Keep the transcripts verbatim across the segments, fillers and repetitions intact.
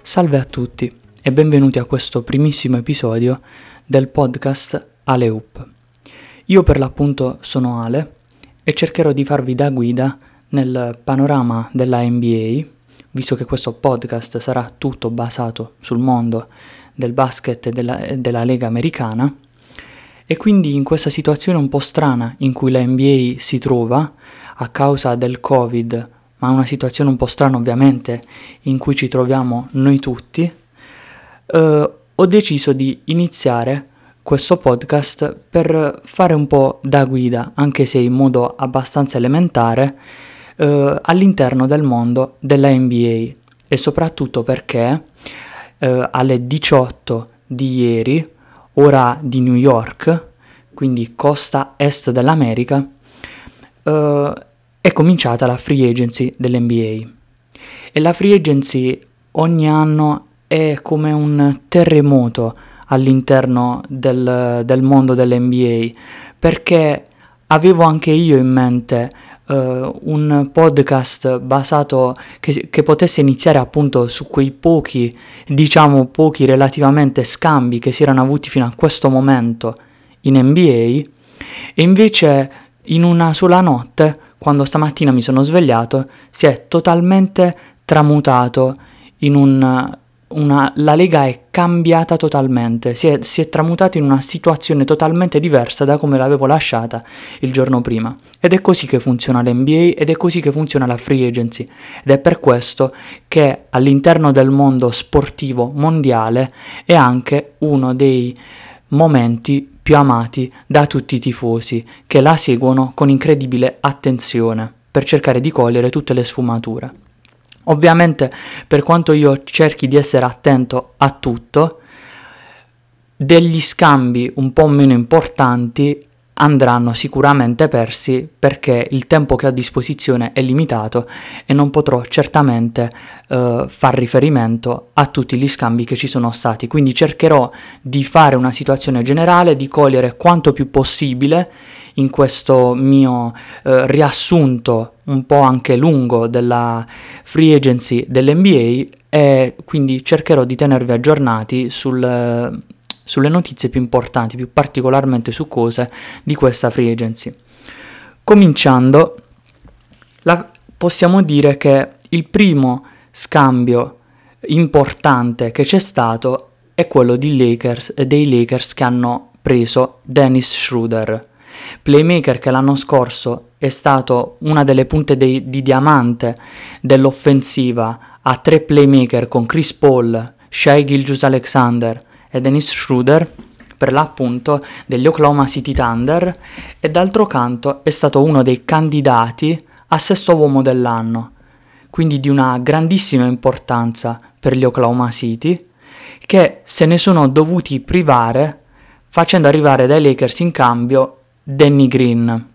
Salve a tutti e benvenuti a questo primissimo episodio del podcast Aleoop. Io per l'appunto sono Ale e cercherò di farvi da guida nel panorama della N B A, visto che questo podcast sarà tutto basato sul mondo del basket e della, della Lega Americana, e quindi in questa situazione un po' strana in cui la N B A si trova a causa del Covid, ma una situazione un po' strana ovviamente in cui ci troviamo noi tutti, eh, ho deciso di iniziare questo podcast per fare un po' da guida, anche se in modo abbastanza elementare, eh, all'interno del mondo della N B A, e soprattutto perché eh, alle diciotto di ieri, ora di New York, quindi costa est dell'America, eh, è cominciata la free agency dell'N B A. E la free agency ogni anno è come un terremoto all'interno del, del mondo dell'N B A, perché avevo anche io in mente uh, un podcast basato che, che potesse iniziare appunto su quei pochi, diciamo pochi relativamente scambi che si erano avuti fino a questo momento in N B A, e invece in una sola notte, quando stamattina mi sono svegliato, si è totalmente tramutato in un... Una, la Lega è cambiata totalmente, si è, si è tramutata in una situazione totalmente diversa da come l'avevo lasciata il giorno prima. Ed è così che funziona l'N B A ed è così che funziona la free agency. Ed è per questo che all'interno del mondo sportivo mondiale è anche uno dei momenti più amati da tutti i tifosi, che la seguono con incredibile attenzione per cercare di cogliere tutte le sfumature. Ovviamente, per quanto io cerchi di essere attento a tutto, degli scambi un po' meno importanti andranno sicuramente persi, perché il tempo che ho a disposizione è limitato e non potrò certamente uh, far riferimento a tutti gli scambi che ci sono stati. Quindi cercherò di fare una situazione generale, di cogliere quanto più possibile in questo mio uh, riassunto un po' anche lungo della free agency dell'N B A, e quindi cercherò di tenervi aggiornati sul... Uh, sulle notizie più importanti, più particolarmente su cose di questa free agency. Cominciando, la, possiamo dire che il primo scambio importante che c'è stato è quello di Lakers, dei Lakers, che hanno preso Dennis Schroeder, playmaker che l'anno scorso è stato una delle punte dei, di diamante dell'offensiva a tre playmaker con Chris Paul, Shai Gilgeous-Alexander e Dennis Schroeder, per l'appunto degli Oklahoma City Thunder, e d'altro canto è stato uno dei candidati a sesto uomo dell'anno, quindi di una grandissima importanza per gli Oklahoma City, che se ne sono dovuti privare facendo arrivare dai Lakers in cambio Danny Green,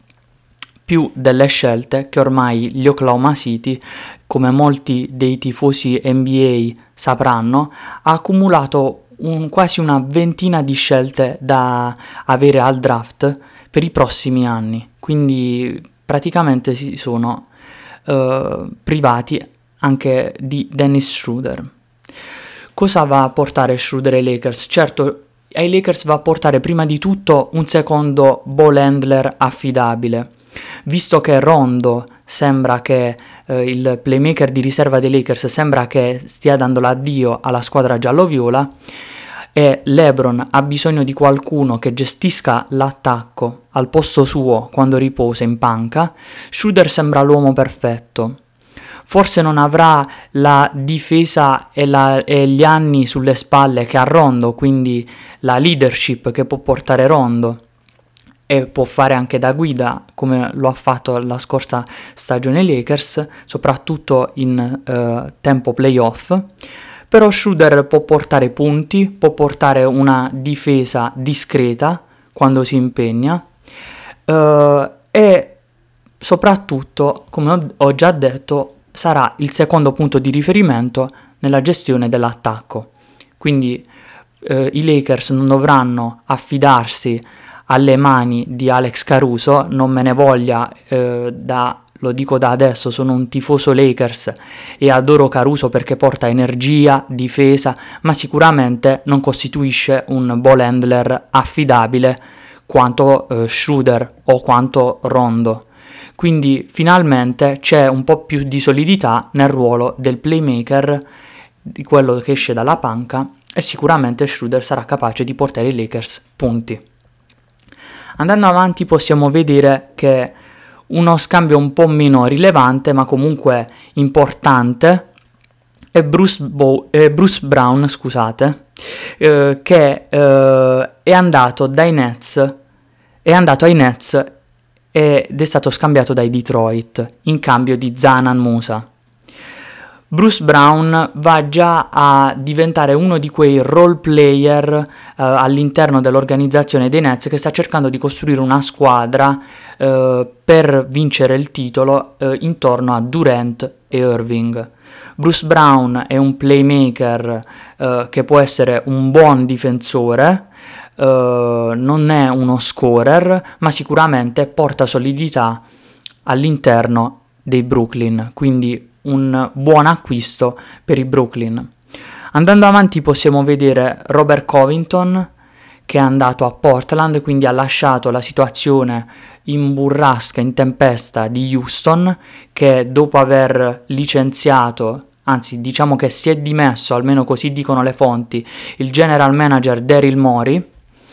più delle scelte che ormai gli Oklahoma City, come molti dei tifosi N B A sapranno, ha accumulato un, quasi una ventina di scelte da avere al draft per i prossimi anni, quindi praticamente si sono uh, privati anche di Dennis Schroeder. Cosa va a portare Schroeder ai Lakers? Certo, ai Lakers va a portare prima di tutto un secondo ball handler affidabile, visto che Rondo sembra che eh, il playmaker di riserva dei Lakers sembra che stia dando l'addio alla squadra giallo-viola, e LeBron ha bisogno di qualcuno che gestisca l'attacco al posto suo quando riposa in panca. Schroeder sembra l'uomo perfetto. Forse non avrà la difesa e, la, e gli anni sulle spalle che ha Rondo, quindi la leadership che può portare Rondo, e può fare anche da guida come lo ha fatto la scorsa stagione Lakers, soprattutto in uh, tempo playoff. Però Schroeder può portare punti, può portare una difesa discreta quando si impegna, uh, e soprattutto, come ho, ho già detto, sarà il secondo punto di riferimento nella gestione dell'attacco. Quindi uh, i Lakers non dovranno affidarsi alle mani di Alex Caruso, non me ne voglia eh, da lo dico da adesso, sono un tifoso Lakers e adoro Caruso perché porta energia, difesa, ma sicuramente non costituisce un ball handler affidabile quanto eh, Schroeder o quanto Rondo. Quindi finalmente c'è un po' più di solidità nel ruolo del playmaker, di quello che esce dalla panca, e sicuramente Schroeder sarà capace di portare i Lakers punti. Andando avanti possiamo vedere che uno scambio un po' meno rilevante ma comunque importante è Bruce, Bo- eh, Bruce Brown, scusate, eh, che eh, è andato dai Nets, è andato ai Nets ed è stato scambiato dai Detroit in cambio di Zanan Musa. Bruce Brown va già a diventare uno di quei role player eh, all'interno dell'organizzazione dei Nets che sta cercando di costruire una squadra eh, per vincere il titolo eh, intorno a Durant e Irving. Bruce Brown è un playmaker eh, che può essere un buon difensore, eh, non è uno scorer, ma sicuramente porta solidità all'interno dei Brooklyn, quindi un buon acquisto per i Brooklyn. Andando avanti possiamo vedere Robert Covington, che è andato a Portland, quindi ha lasciato la situazione in burrasca, in tempesta di Houston, che dopo aver licenziato, anzi diciamo che si è dimesso, almeno così dicono le fonti, il general manager Daryl Morey.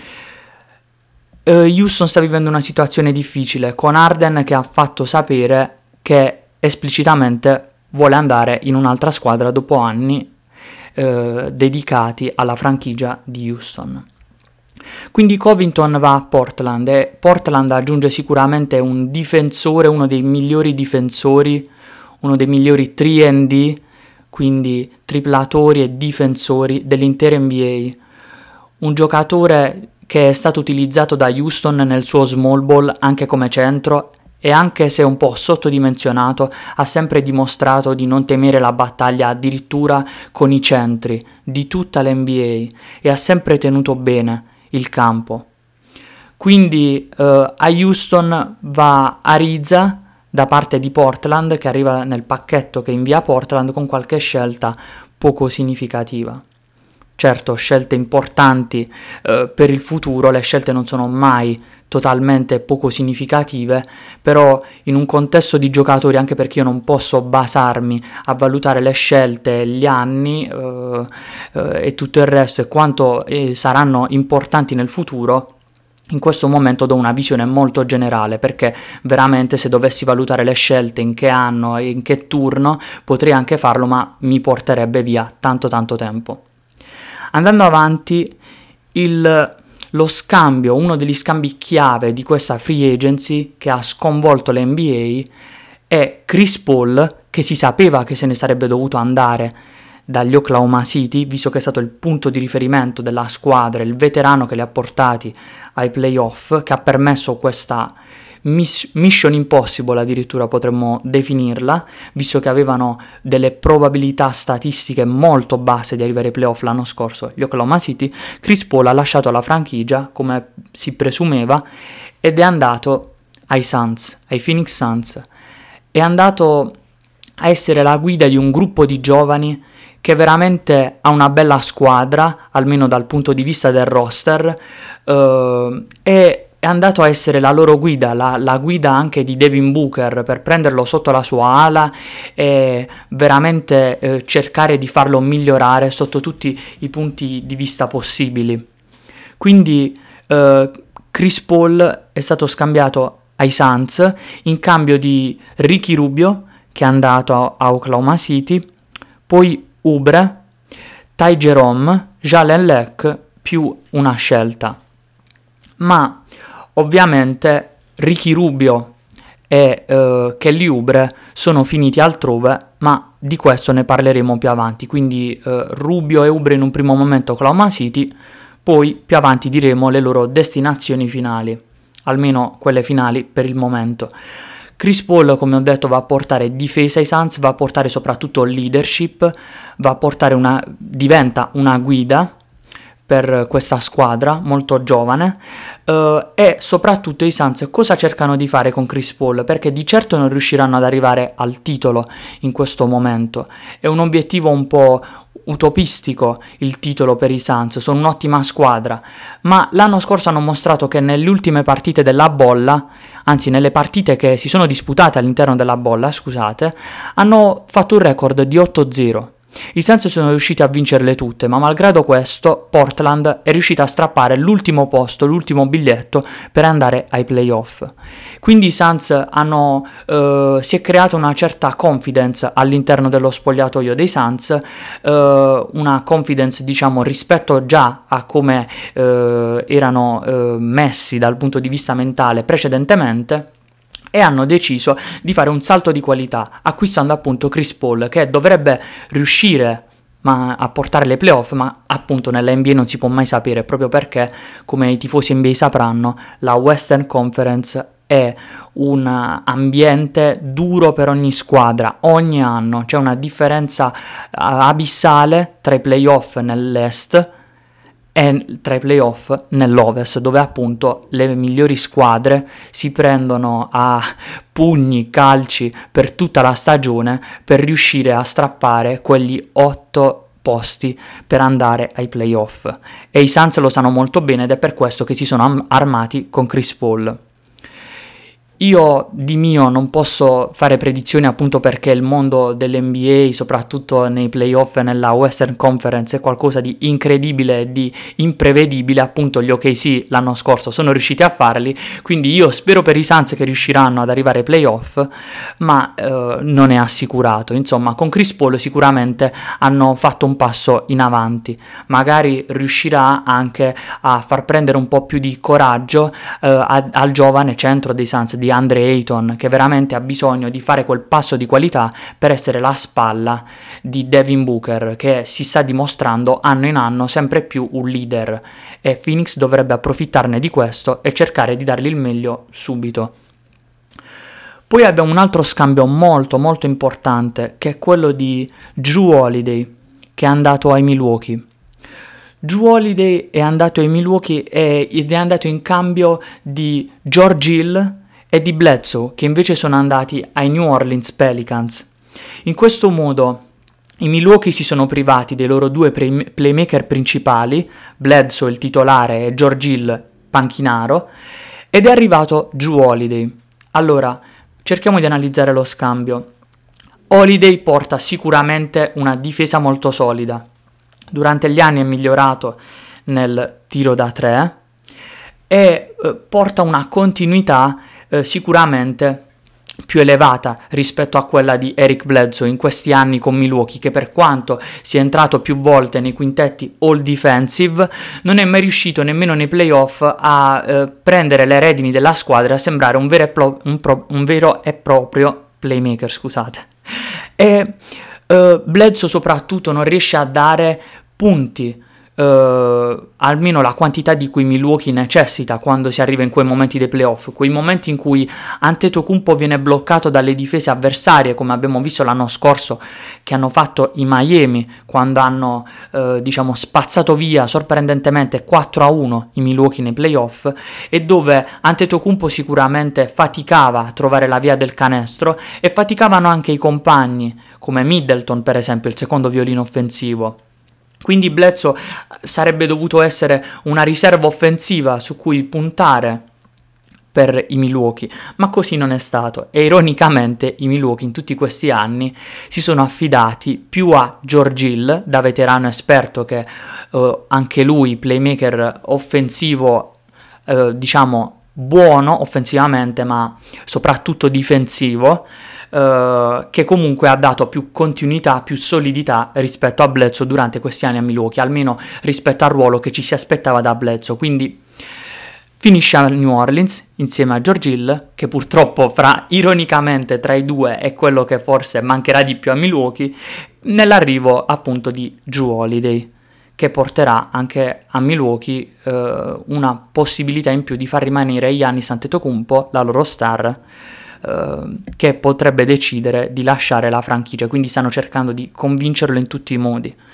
uh, Houston sta vivendo una situazione difficile, con Harden che ha fatto sapere che esplicitamente vuole andare in un'altra squadra dopo anni eh, dedicati alla franchigia di Houston. Quindi Covington va a Portland e Portland aggiunge sicuramente un difensore, uno dei migliori difensori, uno dei migliori tre and D, quindi triplatori e difensori dell'intera N B A. Un giocatore che è stato utilizzato da Houston nel suo small ball anche come centro, e anche se un po' sottodimensionato ha sempre dimostrato di non temere la battaglia addirittura con i centri di tutta l'N B A e ha sempre tenuto bene il campo. Quindi eh, a Houston va Ariza da parte di Portland, che arriva nel pacchetto che invia Portland con qualche scelta poco significativa. Certo, scelte importanti eh, per il futuro, le scelte non sono mai totalmente poco significative, però in un contesto di giocatori, anche perché io non posso basarmi a valutare le scelte, gli anni eh, eh, e tutto il resto e quanto eh, saranno importanti nel futuro, in questo momento do una visione molto generale, perché veramente se dovessi valutare le scelte in che anno e in che turno potrei anche farlo, ma mi porterebbe via tanto tanto tempo. Andando avanti, il, lo scambio, uno degli scambi chiave di questa free agency che ha sconvolto l'N B A è Chris Paul, che si sapeva che se ne sarebbe dovuto andare dagli Oklahoma City, visto che è stato il punto di riferimento della squadra, il veterano che li ha portati ai playoff, che ha permesso questa miss- mission impossible, addirittura potremmo definirla, visto che avevano delle probabilità statistiche molto basse di arrivare ai playoff l'anno scorso, gli Oklahoma City. Chris Paul ha lasciato la franchigia, come si presumeva, ed è andato ai Suns, ai Phoenix Suns. È andato a essere la guida di un gruppo di giovani che veramente ha una bella squadra, almeno dal punto di vista del roster, eh, e è andato a essere la loro guida, la, la guida anche di Devin Booker, per prenderlo sotto la sua ala e veramente eh, cercare di farlo migliorare sotto tutti i punti di vista possibili. Quindi eh, Chris Paul è stato scambiato ai Suns in cambio di Ricky Rubio, che è andato a Oklahoma City, poi Oubre, Ty Jerome, Jalen Leck più una scelta. Ma ovviamente Ricky Rubio e uh, Kelly Oubre sono finiti altrove, ma di questo ne parleremo più avanti. Quindi uh, Rubio e Oubre in un primo momento Oklahoma City, poi più avanti diremo le loro destinazioni finali, almeno quelle finali per il momento. Chris Paul, come ho detto, va a portare difesa ai Suns, va a portare soprattutto leadership, va a portare una, diventa una guida, per questa squadra molto giovane, uh, e soprattutto i Suns cosa cercano di fare con Chris Paul, perché di certo non riusciranno ad arrivare al titolo in questo momento, è un obiettivo un po' utopistico il titolo per i Suns, sono un'ottima squadra, ma l'anno scorso hanno mostrato che nelle ultime partite della bolla, anzi nelle partite che si sono disputate all'interno della bolla, scusate, hanno fatto un record di otto zero. I Suns sono riusciti a vincerle tutte, ma malgrado questo Portland è riuscita a strappare l'ultimo posto, l'ultimo biglietto per andare ai playoff. Quindi i Suns hanno, eh, si è creata una certa confidence all'interno dello spogliatoio dei Suns, eh, una confidence diciamo rispetto già a come eh, erano eh, messi dal punto di vista mentale precedentemente, e hanno deciso di fare un salto di qualità, acquistando appunto Chris Paul, che dovrebbe riuscire ma a portare le playoff, ma appunto nella N B A non si può mai sapere, proprio perché, come i tifosi N B A sapranno, la Western Conference è un ambiente duro per ogni squadra, ogni anno c'è una differenza abissale tra i playoff nell'est e tra i playoff nell'Ovest, dove appunto le migliori squadre si prendono a pugni, calci per tutta la stagione per riuscire a strappare quegli otto posti per andare ai playoff, e i Suns lo sanno molto bene ed è per questo che si sono am- armati con Chris Paul. Io di mio non posso fare predizioni, appunto perché il mondo dell'N B A, soprattutto nei playoff e nella Western Conference, è qualcosa di incredibile e di imprevedibile. Appunto gli O K C l'anno scorso sono riusciti a farli, quindi io spero per i Suns che riusciranno ad arrivare ai playoff, ma eh, non è assicurato. Insomma, con Chris Paul sicuramente hanno fatto un passo in avanti, magari riuscirà anche a far prendere un po' più di coraggio eh, a, al giovane centro dei Suns, di Andre Ayton, che veramente ha bisogno di fare quel passo di qualità per essere la spalla di Devin Booker, che si sta dimostrando anno in anno sempre più un leader, e Phoenix dovrebbe approfittarne di questo e cercare di dargli il meglio subito. Poi abbiamo un altro scambio molto molto importante, che è quello di Jrue Holiday, che è andato ai Milwaukee. Jrue Holiday è andato ai Milwaukee ed è andato in cambio di George Hill e di Bledsoe, che invece sono andati ai New Orleans Pelicans. In questo modo i Milwaukee si sono privati dei loro due play- playmaker principali, Bledsoe il titolare e George Hill panchinaro, ed è arrivato Jrue Holiday. Allora, cerchiamo di analizzare lo scambio. Holiday porta sicuramente una difesa molto solida. Durante gli anni è migliorato nel tiro da tre e eh, porta una continuità eh, sicuramente più elevata rispetto a quella di Eric Bledsoe in questi anni con Milwaukee, che per quanto sia entrato più volte nei quintetti all defensive non è mai riuscito nemmeno nei playoff a eh, prendere le redini della squadra e a sembrare un vero e, pro- un pro- un vero e proprio playmaker, scusate. E uh, Bledsoe soprattutto non riesce a dare punti, uh, almeno la quantità di cui Milwaukee necessita quando si arriva in quei momenti dei playoff, quei momenti in cui Antetokounmpo viene bloccato dalle difese avversarie, come abbiamo visto l'anno scorso che hanno fatto i Miami, quando hanno uh, diciamo spazzato via sorprendentemente quattro a uno i Milwaukee nei playoff, e dove Antetokounmpo sicuramente faticava a trovare la via del canestro e faticavano anche i compagni come Middleton, per esempio, il secondo violino offensivo. Quindi Bledsoe sarebbe dovuto essere una riserva offensiva su cui puntare per i Milwaukee, ma così non è stato, e ironicamente i Milwaukee in tutti questi anni si sono affidati più a George Hill, da veterano esperto, che eh, anche lui playmaker offensivo, eh, diciamo buono offensivamente ma soprattutto difensivo, Uh, che comunque ha dato più continuità, più solidità rispetto a Bledsoe durante questi anni a Milwaukee, almeno rispetto al ruolo che ci si aspettava da Bledsoe. Quindi finisce a New Orleans insieme a George Hill, che purtroppo fra, ironicamente tra i due è quello che forse mancherà di più a Milwaukee, nell'arrivo appunto di Jrue Holiday, che porterà anche a Milwaukee uh, una possibilità in più di far rimanere Giannis Antetokounmpo, la loro star, Uh, che potrebbe decidere di lasciare la franchigia, quindi stanno cercando di convincerlo in tutti i modi.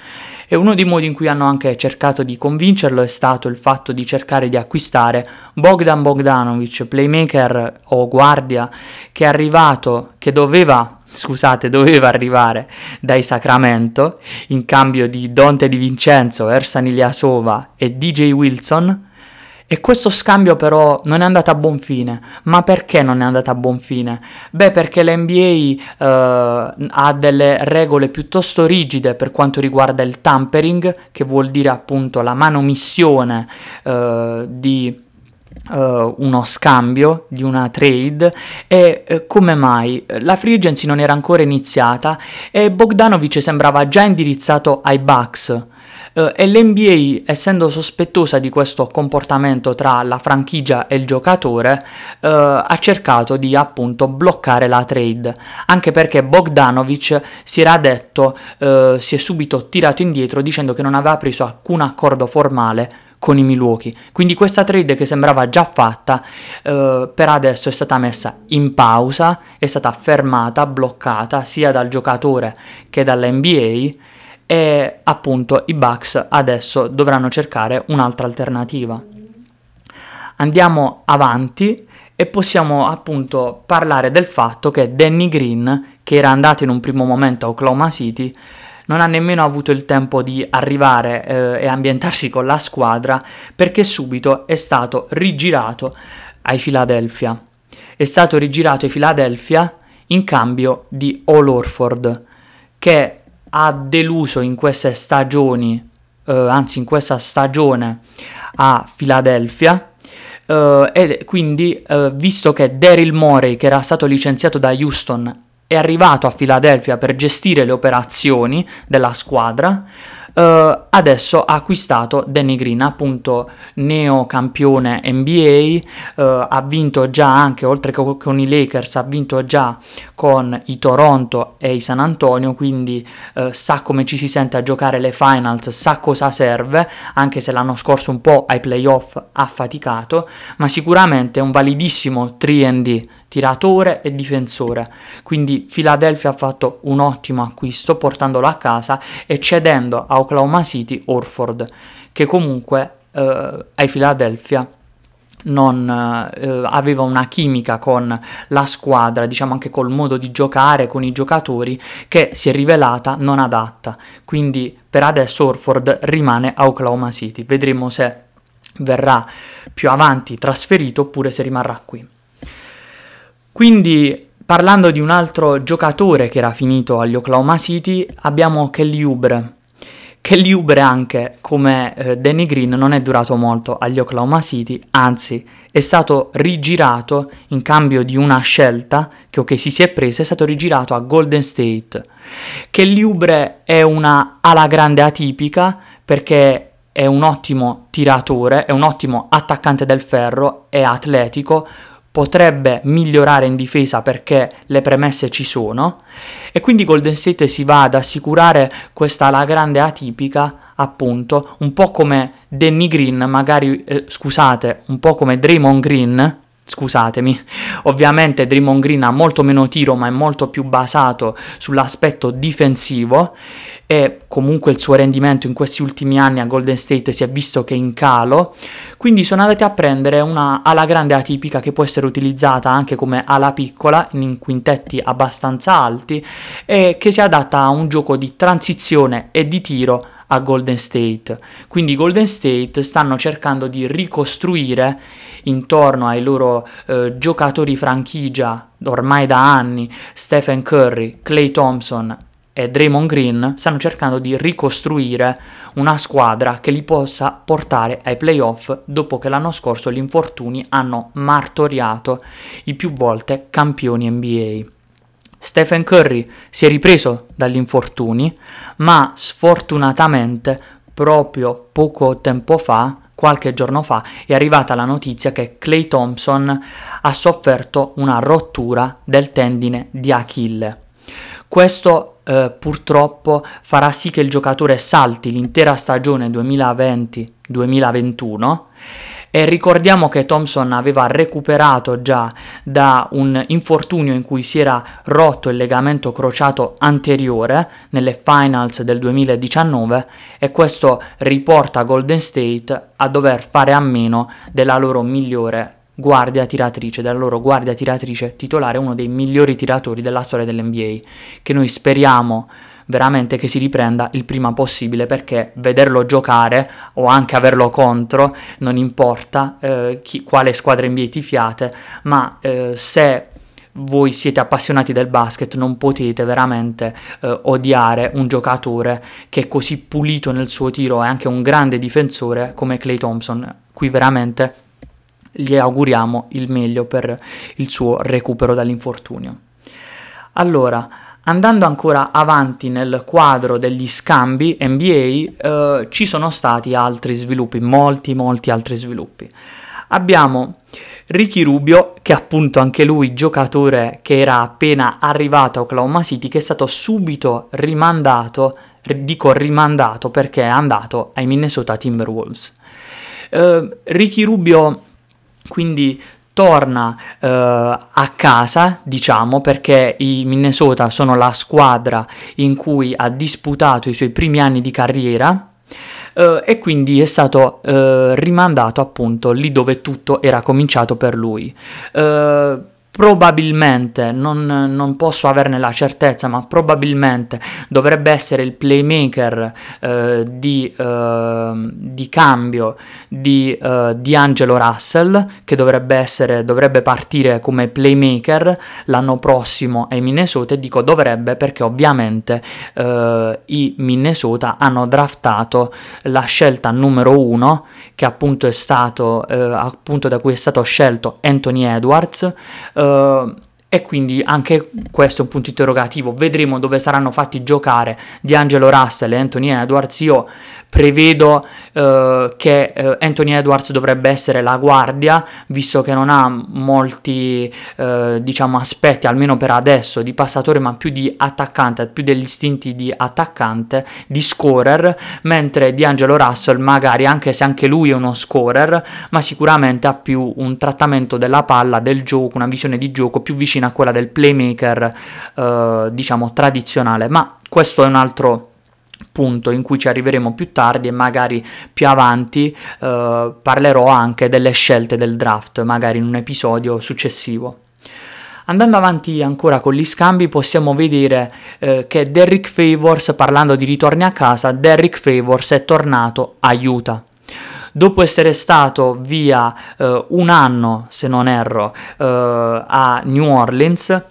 E uno dei modi in cui hanno anche cercato di convincerlo è stato il fatto di cercare di acquistare Bogdan Bogdanovic, playmaker o guardia, che è arrivato, che doveva... Scusate, doveva arrivare dai Sacramento in cambio di Donte Di Vincenzo, Ersan Ilyasova e D J Wilson, e questo scambio però non è andato a buon fine. Ma perché non è andato a buon fine? Beh, perché l'N B A eh, ha delle regole piuttosto rigide per quanto riguarda il tampering, che vuol dire appunto la manomissione eh, di... Uh, uno scambio, di una trade. E uh, come mai? La free agency non era ancora iniziata e Bogdanovic sembrava già indirizzato ai Bucks, uh, e l'N B A, essendo sospettosa di questo comportamento tra la franchigia e il giocatore, uh, ha cercato di appunto bloccare la trade, anche perché Bogdanovic si era detto, uh, si è subito tirato indietro dicendo che non aveva preso alcun accordo formale con i Milwaukee. Quindi questa trade, che sembrava già fatta, eh, per adesso è stata messa in pausa, è stata fermata, bloccata sia dal giocatore che dall'N B A, e appunto i Bucks adesso dovranno cercare un'altra alternativa. Andiamo avanti e possiamo appunto parlare del fatto che Danny Green, che era andato in un primo momento a Oklahoma City, non ha nemmeno avuto il tempo di arrivare eh, e ambientarsi con la squadra, perché subito è stato rigirato ai Philadelphia. È stato rigirato ai Philadelphia in cambio di Al Horford, che ha deluso in queste stagioni, eh, anzi in questa stagione a Philadelphia, eh, e quindi eh, visto che Daryl Morey, che era stato licenziato da Houston, è arrivato a Philadelphia per gestire le operazioni della squadra, uh, adesso ha acquistato Danny Green, appunto neo campione N B A, uh, ha vinto già anche, oltre che con i Lakers, ha vinto già con i Toronto e i San Antonio, quindi uh, sa come ci si sente a giocare le finals, sa cosa serve, anche se l'anno scorso un po' ai playoff ha faticato, ma sicuramente è un validissimo tre and D, tiratore e difensore. Quindi Philadelphia ha fatto un ottimo acquisto portandolo a casa e cedendo a Oklahoma City Horford, che comunque eh, ai Philadelphia non eh, aveva una chimica con la squadra, diciamo anche col modo di giocare, con i giocatori, che si è rivelata non adatta. Quindi per adesso Horford rimane a Oklahoma City, vedremo se verrà più avanti trasferito oppure se rimarrà qui. Quindi, parlando di un altro giocatore che era finito agli Oklahoma City, abbiamo Kelly Oubre. Kelly Oubre, anche come eh, Danny Green, non è durato molto agli Oklahoma City, anzi è stato rigirato in cambio di una scelta che O K C si è presa, è stato rigirato a Golden State. Kelly Oubre è una ala grande atipica perché è un ottimo tiratore, è un ottimo attaccante del ferro, è atletico, potrebbe migliorare in difesa perché le premesse ci sono, e quindi Golden State si va ad assicurare questa ala grande atipica, appunto, un po' come Danny Green, magari, eh, scusate, un po' come Draymond Green, scusatemi, ovviamente Draymond Green ha molto meno tiro ma è molto più basato sull'aspetto difensivo, e comunque il suo rendimento in questi ultimi anni a Golden State si è visto che è in calo, quindi sono andati a prendere una ala grande atipica che può essere utilizzata anche come ala piccola in quintetti abbastanza alti e che si adatta a un gioco di transizione e di tiro a Golden State. Quindi Golden State stanno cercando di ricostruire intorno ai loro eh, giocatori franchigia ormai da anni, Stephen Curry, Klay Thompson e Draymond Green, stanno cercando di ricostruire una squadra che li possa portare ai playoff dopo che l'anno scorso gli infortuni hanno martoriato i più volte campioni N B A. Stephen Curry si è ripreso dagli infortuni, ma sfortunatamente proprio poco tempo fa, qualche giorno fa, è arrivata la notizia che Klay Thompson ha sofferto una rottura del tendine di Achille. Questo eh, purtroppo farà sì che il giocatore salti l'intera stagione duemilaventi duemilaventuno E ricordiamo che Thompson aveva recuperato già da un infortunio in cui si era rotto il legamento crociato anteriore nelle finals del duemiladiciannove, e questo riporta Golden State a dover fare a meno della loro migliore guardia tiratrice, della loro guardia tiratrice titolare, uno dei migliori tiratori della storia dell'N B A, che noi speriamo veramente che si riprenda il prima possibile, perché vederlo giocare o anche averlo contro non importa eh, chi, quale squadra N B A tifiate, ma eh, se voi siete appassionati del basket non potete veramente eh, odiare un giocatore che è così pulito nel suo tiro e anche un grande difensore come Klay Thompson. Qui veramente gli auguriamo il meglio per il suo recupero dall'infortunio. Allora, andando ancora avanti nel quadro degli scambi N B A, eh, ci sono stati altri sviluppi, molti molti altri sviluppi. Abbiamo Ricky Rubio, che appunto anche lui giocatore che era appena arrivato a Oklahoma City, che è stato subito rimandato, dico rimandato perché è andato ai Minnesota Timberwolves. Uh, Ricky Rubio quindi torna uh, a casa, diciamo, perché i Minnesota sono la squadra in cui ha disputato i suoi primi anni di carriera. Uh, e quindi è stato uh, rimandato appunto lì dove tutto era cominciato per lui. Uh, probabilmente, non, non posso averne la certezza, ma probabilmente dovrebbe essere il playmaker uh, di, uh, di cambio di uh, D'Angelo Russell, che dovrebbe essere, dovrebbe partire come playmaker l'anno prossimo ai Minnesota. E dico dovrebbe perché ovviamente uh, i Minnesota hanno draftato la scelta numero uno, che appunto è stato eh, appunto da cui è stato scelto Anthony Edwards, eh, e quindi anche questo è un punto interrogativo. Vedremo dove saranno fatti giocare D'Angelo Russell e Anthony Edwards. Io prevedo eh, che eh, Anthony Edwards dovrebbe essere la guardia, visto che non ha molti eh, diciamo aspetti, almeno per adesso, di passatore, ma più di attaccante, più degli istinti di attaccante, di scorer, mentre D'Angelo Russell magari, anche se anche lui è uno scorer, ma sicuramente ha più un trattamento della palla, del gioco, una visione di gioco più vicina a quella del playmaker eh, diciamo tradizionale. Ma questo è un altro punto in cui ci arriveremo più tardi, e magari più avanti eh, parlerò anche delle scelte del draft, magari in un episodio successivo. Andando avanti ancora con gli scambi, possiamo vedere eh, che Derrick Favors, parlando di ritorni a casa, Derrick Favors è tornato a Utah. Dopo essere stato via eh, un anno, se non erro, eh, a New Orleans,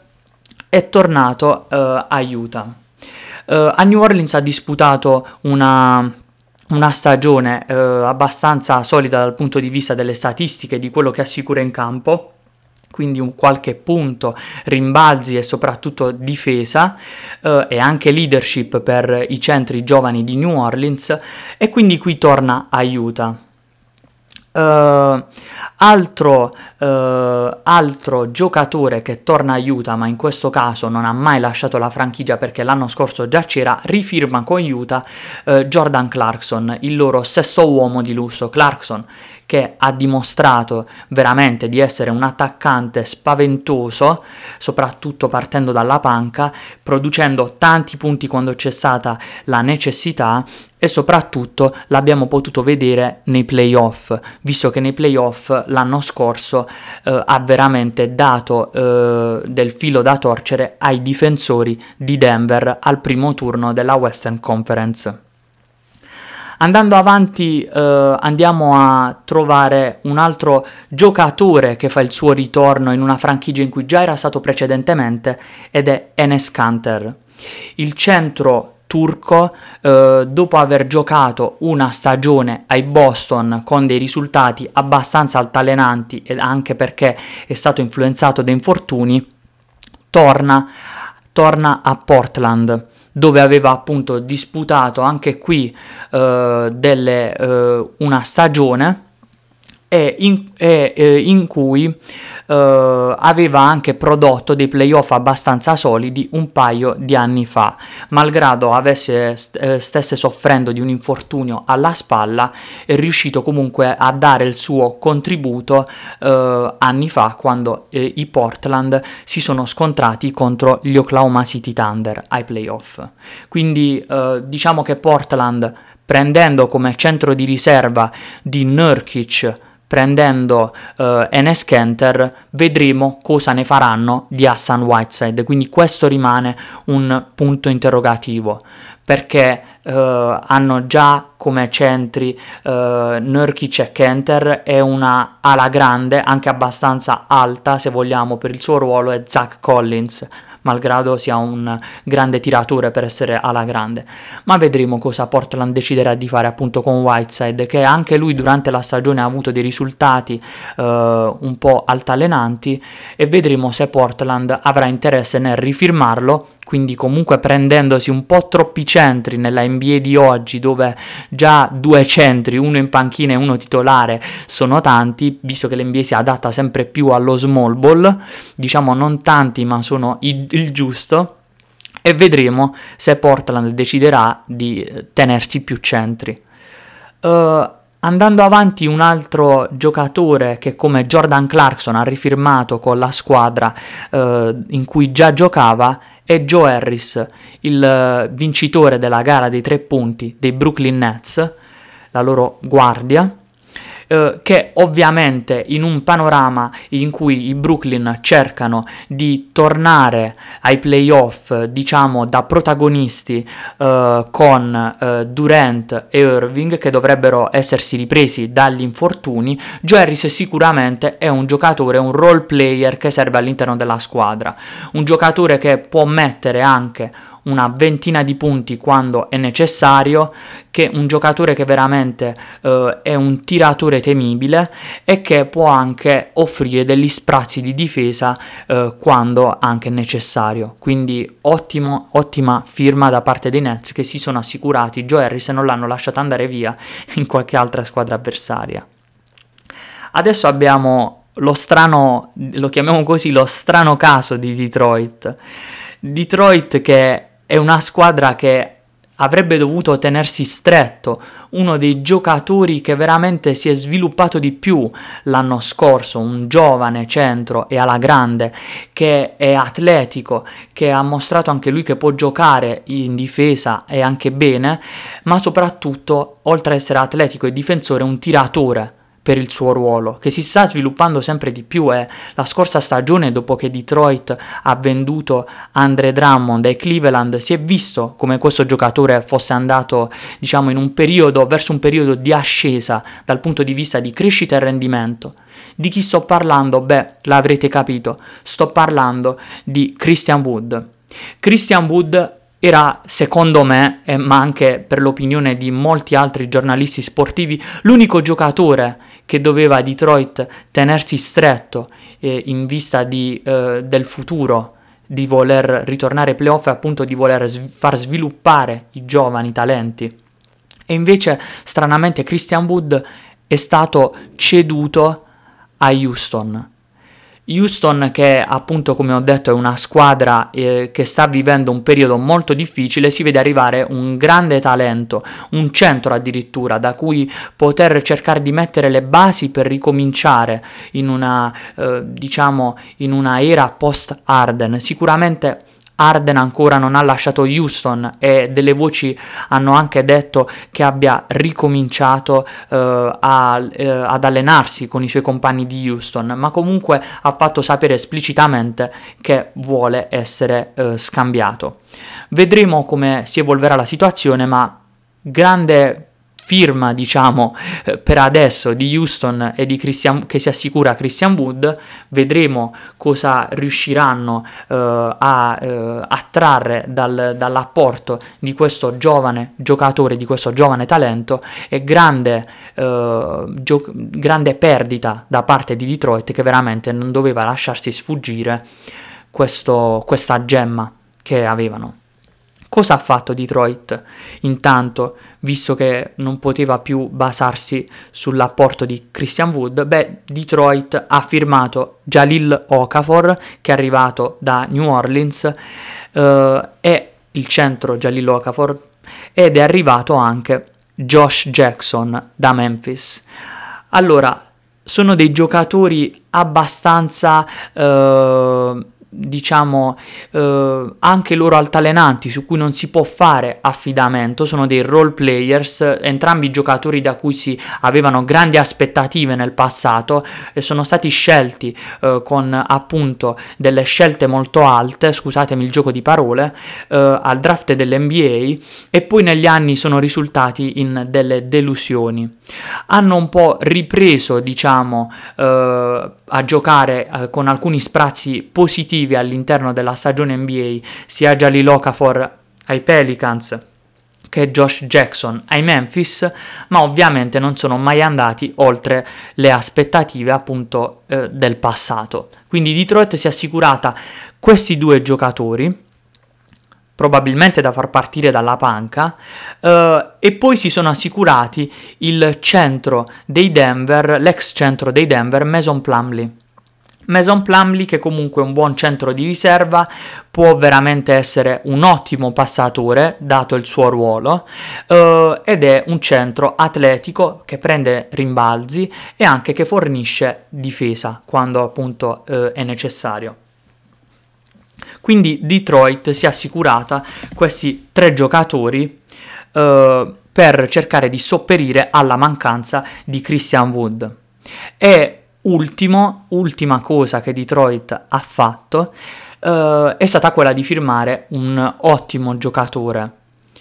è tornato eh, a Utah. Uh, a New Orleans ha disputato una, una stagione uh, abbastanza solida dal punto di vista delle statistiche, di quello che assicura in campo, quindi un qualche punto, rimbalzi e soprattutto difesa, uh, e anche leadership per i centri giovani di New Orleans, e quindi qui torna a Utah. Uh, altro, uh, altro giocatore che torna a Utah, ma in questo caso non ha mai lasciato la franchigia perché l'anno scorso già c'era, rifirma con Utah uh, Jordan Clarkson, il loro sesto uomo di lusso. Clarkson, che ha dimostrato veramente di essere un attaccante spaventoso, soprattutto partendo dalla panca, producendo tanti punti quando c'è stata la necessità, e soprattutto l'abbiamo potuto vedere nei playoff, visto che nei playoff l'anno scorso eh, ha veramente dato eh, del filo da torcere ai difensori di Denver al primo turno della Western Conference. Andando avanti eh, andiamo a trovare un altro giocatore che fa il suo ritorno in una franchigia in cui già era stato precedentemente, ed è Enes Kanter, il centro turco, eh, dopo aver giocato una stagione ai Boston con dei risultati abbastanza altalenanti, ed anche perché è stato influenzato da infortuni, torna, torna a Portland, dove aveva appunto disputato anche qui eh, delle, eh, una stagione, e in, e, eh, in cui eh, aveva anche prodotto dei playoff abbastanza solidi un paio di anni fa, malgrado avesse, eh, stesse soffrendo di un infortunio alla spalla. È riuscito comunque a dare il suo contributo eh, anni fa, quando eh, i Portland si sono scontrati contro gli Oklahoma City Thunder ai playoff. Quindi eh, diciamo che Portland, prendendo come centro di riserva di Nurkic, prendendo uh, Enes Kanter, vedremo cosa ne faranno di Hassan Whiteside. Quindi questo rimane un punto interrogativo, perché uh, hanno già come centri uh, Nurkic e Kanter, e una ala grande, anche abbastanza alta se vogliamo per il suo ruolo, è Zach Collins, malgrado sia un grande tiratore per essere ala grande. Ma vedremo cosa Portland deciderà di fare appunto con Whiteside, che anche lui durante la stagione ha avuto dei risultati uh, un po' altalenanti, e vedremo se Portland avrà interesse nel rifirmarlo. Quindi comunque prendendosi un po' troppi centri nella N B A di oggi, dove già due centri, uno in panchina e uno titolare, sono tanti, visto che l'N B A si adatta sempre più allo small ball, diciamo non tanti ma sono il, il giusto, e vedremo se Portland deciderà di tenersi più centri. Uh, Andando avanti, un altro giocatore che come Jordan Clarkson ha rifirmato con la squadra eh, in cui già giocava è Joe Harris, il vincitore della gara dei tre punti dei Brooklyn Nets, la loro guardia, eh, che ovviamente in un panorama in cui i Brooklyn cercano di tornare ai playoff, diciamo da protagonisti, eh, con eh, Durant e Irving, che dovrebbero essersi ripresi dagli infortuni, Joe Harris sicuramente è un giocatore, un role player che serve all'interno della squadra, un giocatore che può mettere anche una ventina di punti quando è necessario, che un giocatore che veramente eh, è un tiratore temibile e che può anche offrire degli sprazzi di difesa eh, quando anche necessario. Quindi ottimo, ottima firma da parte dei Nets, che si sono assicurati Joe Harris e non l'hanno lasciato andare via in qualche altra squadra avversaria. Adesso abbiamo lo strano, lo chiamiamo così, lo strano caso di Detroit. Detroit che è una squadra che avrebbe dovuto tenersi stretto, uno dei giocatori che veramente si è sviluppato di più l'anno scorso, un giovane centro e alla grande, che è atletico, che ha mostrato anche lui che può giocare in difesa e anche bene, ma soprattutto, oltre ad essere atletico e difensore, un tiratore per il suo ruolo, che si sta sviluppando sempre di più. E la scorsa stagione, dopo che Detroit ha venduto Andre Drummond ai Cleveland, si è visto come questo giocatore fosse andato, diciamo, in un periodo, verso un periodo di ascesa dal punto di vista di crescita e rendimento. Di chi sto parlando? Beh, l'avrete capito, sto parlando di Christian Wood. Christian Wood era, secondo me, eh, ma anche per l'opinione di molti altri giornalisti sportivi, l'unico giocatore che doveva Detroit tenersi stretto eh, in vista di, eh, del futuro, di voler ritornare ai playoff e appunto di voler sv- far sviluppare i giovani talenti. E invece, stranamente, Christian Wood è stato ceduto a Houston. Houston, che appunto, come ho detto, è una squadra eh, che sta vivendo un periodo molto difficile, si vede arrivare un grande talento, un centro addirittura, da cui poter cercare di mettere le basi per ricominciare in una, eh, diciamo, in una era post-Harden. Sicuramente Harden ancora non ha lasciato Houston e delle voci hanno anche detto che abbia ricominciato eh, a, eh, ad allenarsi con i suoi compagni di Houston, ma comunque ha fatto sapere esplicitamente che vuole essere eh, scambiato. Vedremo come si evolverà la situazione, ma grande firma, diciamo, eh, per adesso di Houston e di Christian, che si assicura Christian Wood. Vedremo cosa riusciranno eh, a eh, attrarre dal, dall'apporto di questo giovane giocatore, di questo giovane talento, e grande, eh, gio- grande perdita da parte di Detroit, che veramente non doveva lasciarsi sfuggire questo, questa gemma che avevano. Cosa ha fatto Detroit intanto, visto che non poteva più basarsi sull'apporto di Christian Wood? Beh, Detroit ha firmato Jahlil Okafor, che è arrivato da New Orleans, eh, e il centro Jahlil Okafor, ed è arrivato anche Josh Jackson da Memphis. Allora, sono dei giocatori abbastanza... Eh, diciamo eh, anche loro altalenanti, su cui non si può fare affidamento, sono dei role players, entrambi giocatori da cui si avevano grandi aspettative nel passato e sono stati scelti eh, con appunto delle scelte molto alte, scusatemi il gioco di parole, eh, al draft dell'N B A, e poi negli anni sono risultati in delle delusioni. Hanno un po' ripreso, diciamo, eh, a giocare eh, con alcuni sprazzi positivi all'interno della stagione N B A, sia Jahlil Okafor ai Pelicans che Josh Jackson ai Memphis, ma ovviamente non sono mai andati oltre le aspettative appunto eh, del passato. Quindi Detroit si è assicurata questi due giocatori, probabilmente da far partire dalla panca, eh, e poi si sono assicurati il centro dei Denver, l'ex centro dei Denver, Mason Plumlee. Mason Plumlee, che comunque è un buon centro di riserva, può veramente essere un ottimo passatore dato il suo ruolo, eh, ed è un centro atletico che prende rimbalzi e anche che fornisce difesa quando appunto eh, è necessario. Quindi Detroit si è assicurata questi tre giocatori eh, per cercare di sopperire alla mancanza di Christian Wood. E ultimo, ultima cosa che Detroit ha fatto eh, è stata quella di firmare un ottimo giocatore.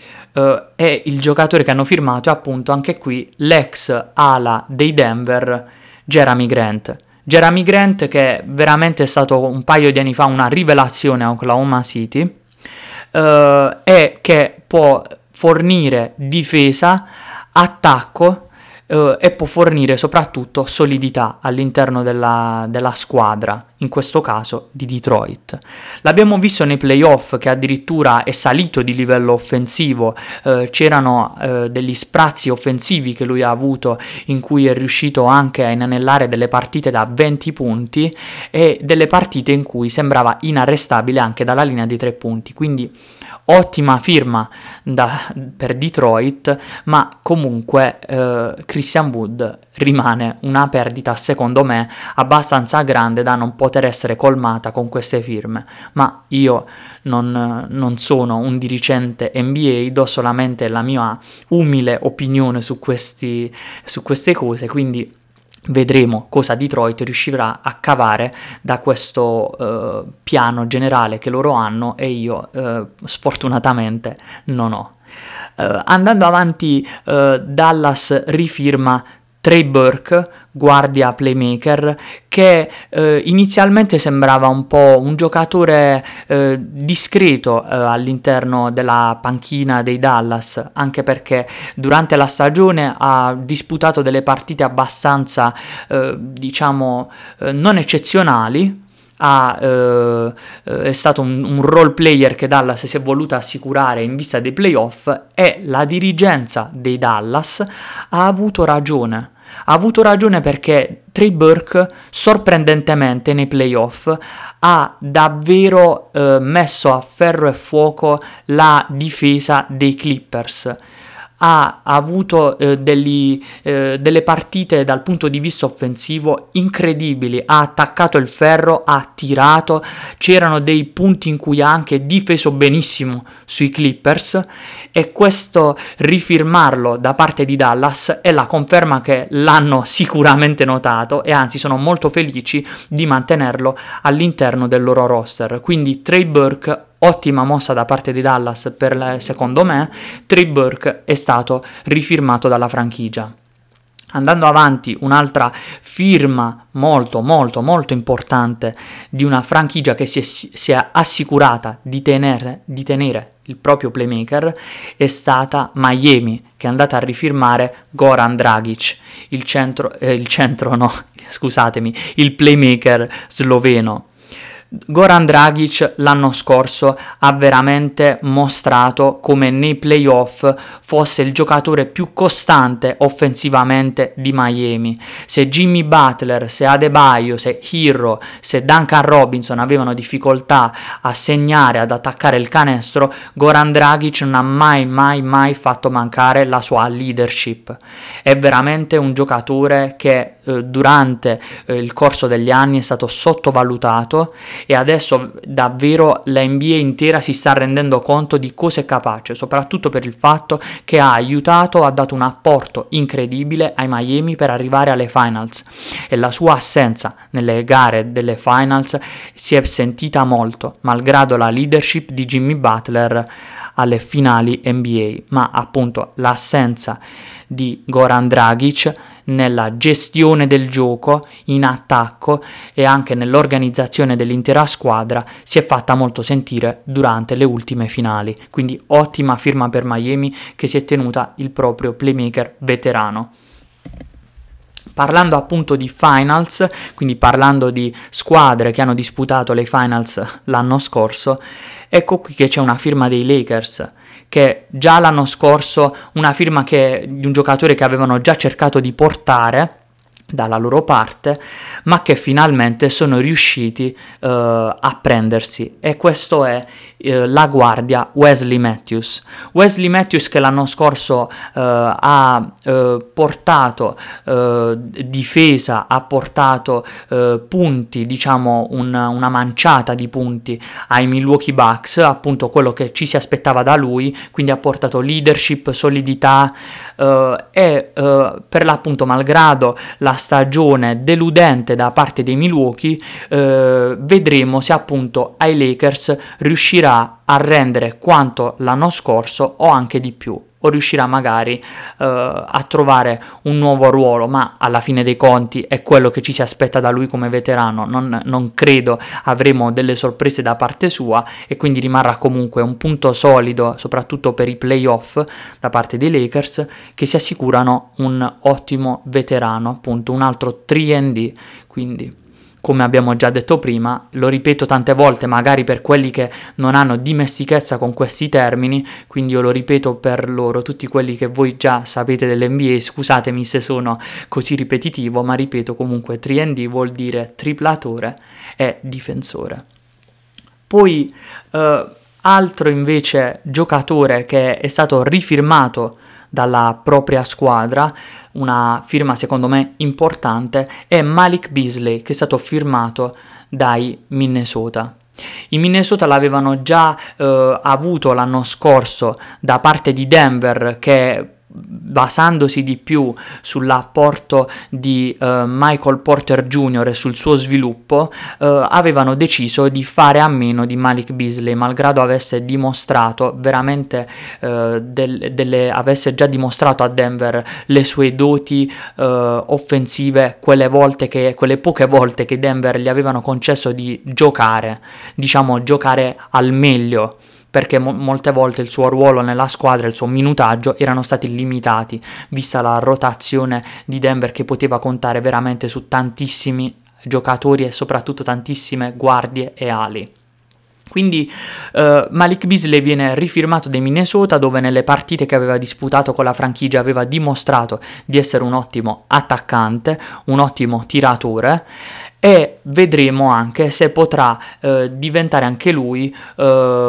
Uh, e il giocatore che hanno firmato è appunto anche qui l'ex ala dei Denver, Jerami Grant. Jerami Grant, che veramente è stato un paio di anni fa una rivelazione a Oklahoma City, uh, e che può fornire difesa, attacco, Uh, e può fornire soprattutto solidità all'interno della, della squadra, in questo caso di Detroit. L'abbiamo visto nei playoff, che addirittura è salito di livello offensivo, uh, c'erano uh, degli sprazzi offensivi che lui ha avuto, in cui è riuscito anche a inanellare delle partite da venti punti e delle partite in cui sembrava inarrestabile anche dalla linea dei tre punti, quindi ottima firma da, per Detroit, ma comunque eh, Christian Wood rimane una perdita, secondo me, abbastanza grande da non poter essere colmata con queste firme. Ma io non, non sono un dirigente N B A, do solamente la mia umile opinione su, questi, su queste cose, quindi vedremo cosa Detroit riuscirà a cavare da questo uh, piano generale che loro hanno e io uh, sfortunatamente non ho. Uh, andando avanti, uh, Dallas rifirma Trey Burke, guardia playmaker, che eh, inizialmente sembrava un po' un giocatore eh, discreto eh, all'interno della panchina dei Dallas, anche perché durante la stagione ha disputato delle partite abbastanza, eh, diciamo, eh, non eccezionali. Ha, eh, è stato un, un role player che Dallas si è voluta assicurare in vista dei playoff, e la dirigenza dei Dallas ha avuto ragione. Ha avuto ragione perché Trey Burke, sorprendentemente nei playoff, ha davvero eh, messo a ferro e fuoco la difesa dei Clippers. Ha avuto eh, degli, eh, delle partite dal punto di vista offensivo incredibili, ha attaccato il ferro, ha tirato, c'erano dei punti in cui ha anche difeso benissimo sui Clippers, e questo rifirmarlo da parte di Dallas è la conferma che l'hanno sicuramente notato, e anzi sono molto felici di mantenerlo all'interno del loro roster. Quindi Trey Burke, ottima mossa da parte di Dallas, per le, secondo me. Trey Burke è stato rifirmato dalla franchigia. Andando avanti, un'altra firma molto molto molto importante di una franchigia che si è, si è assicurata di tenere, di tenere il proprio playmaker è stata Miami, che è andata a rifirmare Goran Dragic, il centro, eh, il centro no, scusatemi, il playmaker sloveno. Goran Dragic l'anno scorso ha veramente mostrato come nei playoff fosse il giocatore più costante offensivamente di Miami. Se Jimmy Butler, se Adebayo, se Herro, se Duncan Robinson avevano difficoltà a segnare, ad attaccare il canestro, Goran Dragic non ha mai mai mai fatto mancare la sua leadership. È veramente un giocatore che eh, durante eh, il corso degli anni è stato sottovalutato, e adesso davvero la N B A intera si sta rendendo conto di cosa è capace, soprattutto per il fatto che ha aiutato, ha dato un apporto incredibile ai Miami per arrivare alle finals, e la sua assenza nelle gare delle finals si è sentita molto, malgrado la leadership di Jimmy Butler alle finali N B A, ma appunto l'assenza di Goran Dragic nella gestione del gioco in attacco e anche nell'organizzazione dell'intera squadra si è fatta molto sentire durante le ultime finali. Quindi ottima firma per Miami, che si è tenuta il proprio playmaker veterano. Parlando appunto di finals, quindi parlando di squadre che hanno disputato le finals l'anno scorso, ecco qui che c'è una firma dei Lakers, che già l'anno scorso una firma che, di un giocatore che avevano già cercato di portare dalla loro parte, ma che finalmente sono riusciti uh, a prendersi, e questo è uh, la guardia Wesley Matthews. Wesley Matthews che l'anno scorso uh, ha uh, portato uh, difesa, ha portato uh, punti, diciamo un, una manciata di punti ai Milwaukee Bucks, appunto quello che ci si aspettava da lui, quindi ha portato leadership, solidità uh, e uh, per l'appunto, malgrado la stagione deludente da parte dei Milwaukee, eh, vedremo se appunto ai Lakers riuscirà a rendere quanto l'anno scorso o anche di più, o riuscirà magari eh, a trovare un nuovo ruolo, ma alla fine dei conti è quello che ci si aspetta da lui come veterano. Non, non credo avremo delle sorprese da parte sua, e quindi rimarrà comunque un punto solido soprattutto per i playoff da parte dei Lakers, che si assicurano un ottimo veterano, appunto un altro tre and D. Quindi, come abbiamo già detto prima, lo ripeto tante volte, magari per quelli che non hanno dimestichezza con questi termini, quindi io lo ripeto per loro, tutti quelli che voi già sapete dell'N B A, scusatemi se sono così ripetitivo, ma ripeto comunque tre and D vuol dire triplatore e difensore. Poi eh, altro invece giocatore che è stato rifirmato dalla propria squadra, una firma secondo me importante, è Malik Beasley, che è stato firmato dai Minnesota. I Minnesota l'avevano già eh, avuto l'anno scorso da parte di Denver, che basandosi di più sull'apporto di uh, Michael Porter Junior e sul suo sviluppo, uh, avevano deciso di fare a meno di Malik Beasley, malgrado avesse dimostrato veramente uh, del, delle, avesse già dimostrato a Denver le sue doti uh, offensive, quelle volte che quelle poche volte che Denver gli avevano concesso di giocare, diciamo giocare al meglio, perché mo- molte volte il suo ruolo nella squadra, il suo minutaggio erano stati limitati, vista la rotazione di Denver che poteva contare veramente su tantissimi giocatori e soprattutto tantissime guardie e ali. Quindi uh, Malik Beasley viene rifirmato dai Minnesota, dove nelle partite che aveva disputato con la franchigia aveva dimostrato di essere un ottimo attaccante, un ottimo tiratore, e vedremo anche se potrà uh, diventare anche lui uh,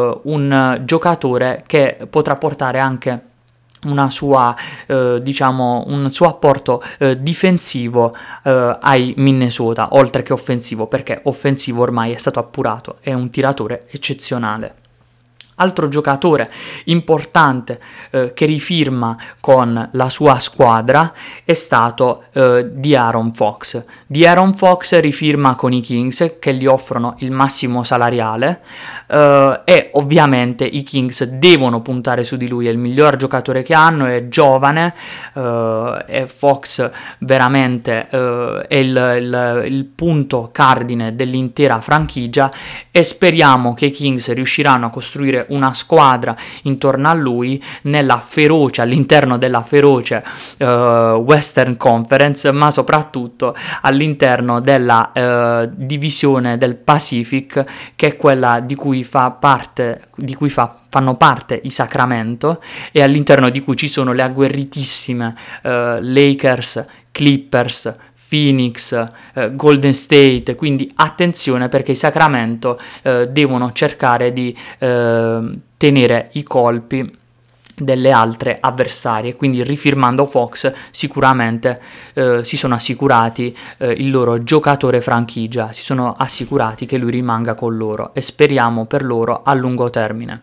un giocatore che potrà portare anche una sua eh, diciamo un suo apporto eh, difensivo eh, ai Minnesota, oltre che offensivo, perché offensivo ormai è stato appurato, è un tiratore eccezionale. Altro giocatore importante eh, che rifirma con la sua squadra è stato eh, De'Aaron Fox. De'Aaron Fox rifirma con i Kings, che gli offrono il massimo salariale, eh, e ovviamente i Kings devono puntare su di lui, è il miglior giocatore che hanno, è giovane, eh, e Fox veramente eh, è il, il, il punto cardine dell'intera franchigia, e speriamo che i Kings riusciranno a costruire una squadra intorno a lui nella feroce, all'interno della feroce uh, Western Conference, ma soprattutto all'interno della uh, divisione del Pacific, che è quella di cui fa parte, di cui fa, fanno parte i Sacramento, e all'interno di cui ci sono le agguerritissime uh, Lakers, Clippers, Phoenix, eh, Golden State. Quindi attenzione, perché i Sacramento eh, devono cercare di eh, tenere i colpi delle altre avversarie, quindi rifirmando Fox sicuramente eh, si sono assicurati eh, il loro giocatore franchigia, si sono assicurati che lui rimanga con loro, e speriamo per loro a lungo termine.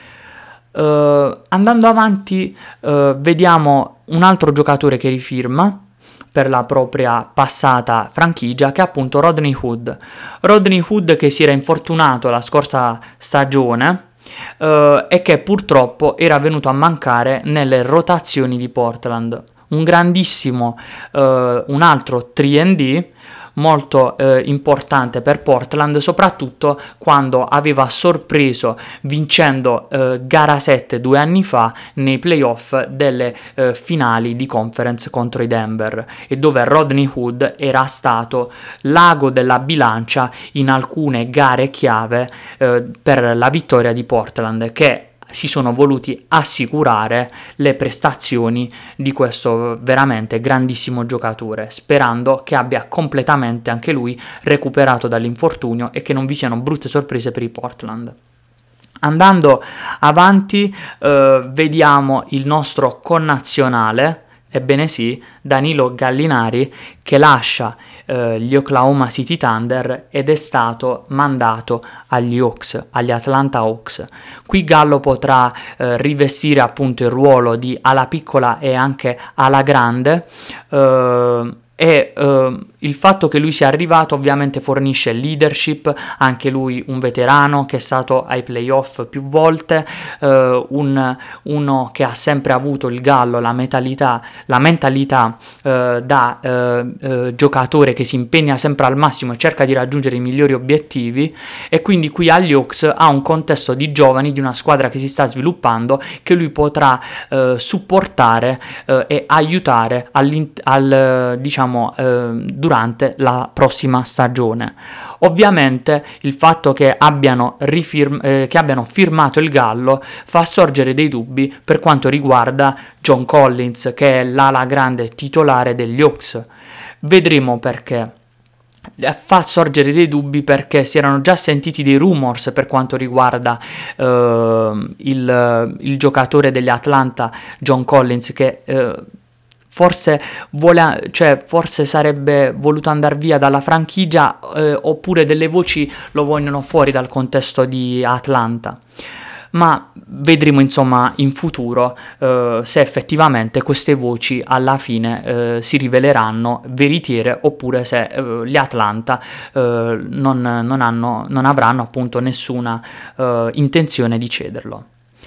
Uh, andando avanti uh, vediamo un altro giocatore che rifirma per la propria passata franchigia, che è appunto Rodney Hood. Rodney Hood, che si era infortunato la scorsa stagione uh, e che purtroppo era venuto a mancare nelle rotazioni di Portland. Un grandissimo, uh, un altro tre and D molto eh, importante per Portland, soprattutto quando aveva sorpreso vincendo eh, gara sette due anni fa nei playoff delle eh, finali di conference contro i Denver, e dove Rodney Hood era stato l'ago della bilancia in alcune gare chiave eh, per la vittoria di Portland, che si sono voluti assicurare le prestazioni di questo veramente grandissimo giocatore, sperando che abbia completamente anche lui recuperato dall'infortunio e che non vi siano brutte sorprese per i Portland. Andando avanti eh, vediamo il nostro connazionale, ebbene sì, Danilo Gallinari, che lascia eh, gli Oklahoma City Thunder ed è stato mandato agli Hawks, agli Atlanta Hawks. Qui Gallo potrà eh, rivestire appunto il ruolo di ala piccola e anche ala grande, eh, e uh, il fatto che lui sia arrivato ovviamente fornisce leadership, anche lui un veterano che è stato ai playoff più volte, uh, un, uno che ha sempre avuto il Gallo, la mentalità, la mentalità uh, da uh, uh, giocatore che si impegna sempre al massimo e cerca di raggiungere i migliori obiettivi, e quindi qui agli Hawks ha un contesto di giovani, di una squadra che si sta sviluppando, che lui potrà uh, supportare uh, e aiutare al, diciamo durante la prossima stagione. Ovviamente il fatto che abbiano, rifirm- eh, che abbiano firmato il Gallo fa sorgere dei dubbi per quanto riguarda John Collins, che è l'ala grande titolare degli Hawks. Vedremo perché. Fa sorgere dei dubbi perché si erano già sentiti dei rumors per quanto riguarda uh, il, il giocatore degli Atlanta, John Collins, che uh, Forse, vuole, cioè, forse sarebbe voluto andare via dalla franchigia, eh, oppure delle voci lo vogliono fuori dal contesto di Atlanta. Ma vedremo insomma in futuro eh, se effettivamente queste voci alla fine eh, si riveleranno veritiere, oppure se eh, gli Atlanta eh, non, non, hanno, non avranno appunto nessuna eh, intenzione di cederlo.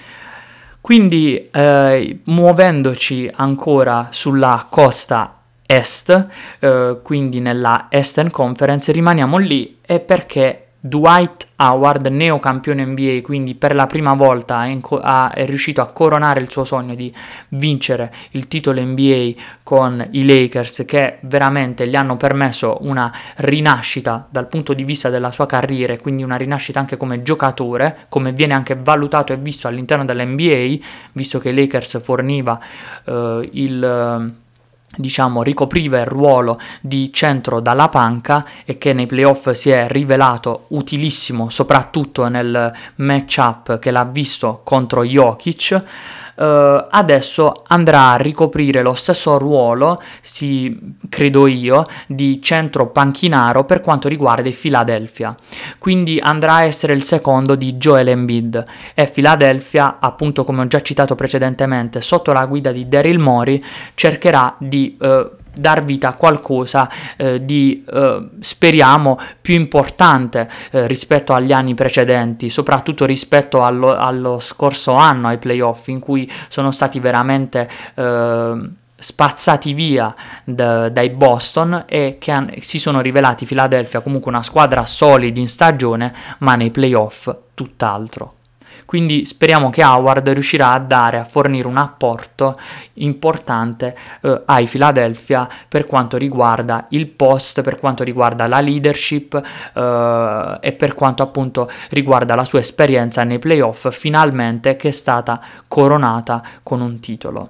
Quindi eh, muovendoci ancora sulla costa est, eh, quindi nella Eastern Conference, rimaniamo lì, e perché Dwight Howard, neocampione N B A, quindi per la prima volta è, inco- ha, è riuscito a coronare il suo sogno di vincere il titolo N B A con i Lakers, che veramente gli hanno permesso una rinascita dal punto di vista della sua carriera, quindi una rinascita anche come giocatore, come viene anche valutato e visto all'interno dell'N B A, visto che i Lakers forniva eh, il... diciamo ricopriva il ruolo di centro dalla panca, e che nei playoff si è rivelato utilissimo soprattutto nel matchup che l'ha visto contro Jokic. Uh, adesso andrà a ricoprire lo stesso ruolo, si, credo io, di centro panchinaro per quanto riguarda i Philadelphia, quindi andrà a essere il secondo di Joel Embiid, e Philadelphia, appunto come ho già citato precedentemente, sotto la guida di Daryl Morey cercherà di uh, dar vita a qualcosa eh, di, eh, speriamo, più importante eh, rispetto agli anni precedenti, soprattutto rispetto allo, allo scorso anno ai playoff, in cui sono stati veramente eh, spazzati via da, dai Boston, e che han, si sono rivelati Philadelphia comunque una squadra solida in stagione, ma nei playoff tutt'altro. quindi speriamo che Howard riuscirà a dare, a fornire un apporto importante eh, ai Philadelphia per quanto riguarda il post, per quanto riguarda la leadership eh, e per quanto appunto riguarda la sua esperienza nei playoff, finalmente, che è stata coronata con un titolo.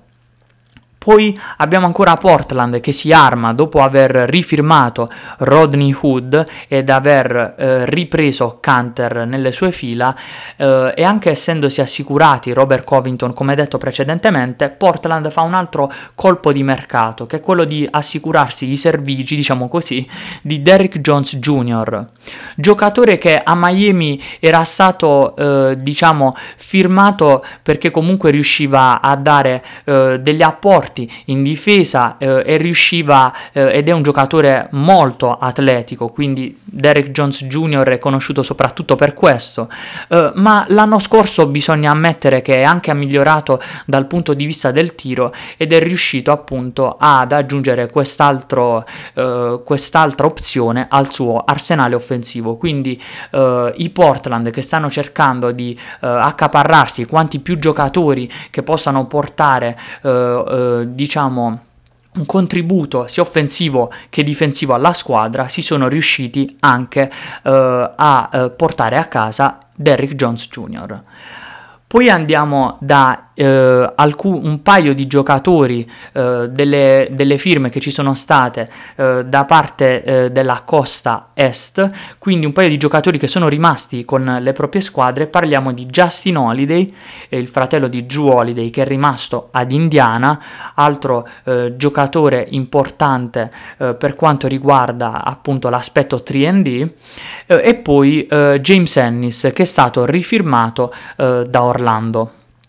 Poi abbiamo ancora Portland che si arma dopo aver rifirmato Rodney Hood ed aver eh, ripreso Kanter nelle sue fila eh, e anche essendosi assicurati Robert Covington, come detto precedentemente, Portland fa un altro colpo di mercato, che è quello di assicurarsi i servigi, diciamo così, di Derrick Jones Junior, giocatore che a Miami era stato eh, diciamo firmato perché comunque riusciva a dare eh, degli apporti in difesa eh, e riusciva eh, ed è un giocatore molto atletico, quindi Derrick Jones Junior è conosciuto soprattutto per questo, eh, ma l'anno scorso bisogna ammettere che anche ha migliorato dal punto di vista del tiro ed è riuscito appunto ad aggiungere quest'altro, eh, quest'altra opzione al suo arsenale offensivo, quindi eh, i Portland che stanno cercando di eh, accaparrarsi quanti più giocatori che possano portare eh, eh, diciamo un contributo sia offensivo che difensivo alla squadra, si sono riusciti anche eh, a eh, portare a casa Derrick Jones Junior Poi andiamo da eh, alcun, un paio di giocatori eh, delle, delle firme che ci sono state eh, da parte eh, della costa est, quindi un paio di giocatori che sono rimasti con le proprie squadre. Parliamo di Justin Holiday, eh, il fratello di Jrue Holiday, che è rimasto ad Indiana, altro eh, giocatore importante eh, per quanto riguarda appunto l'aspetto tre and D, eh, e poi eh, James Ennis, che è stato rifirmato eh, da Orlando.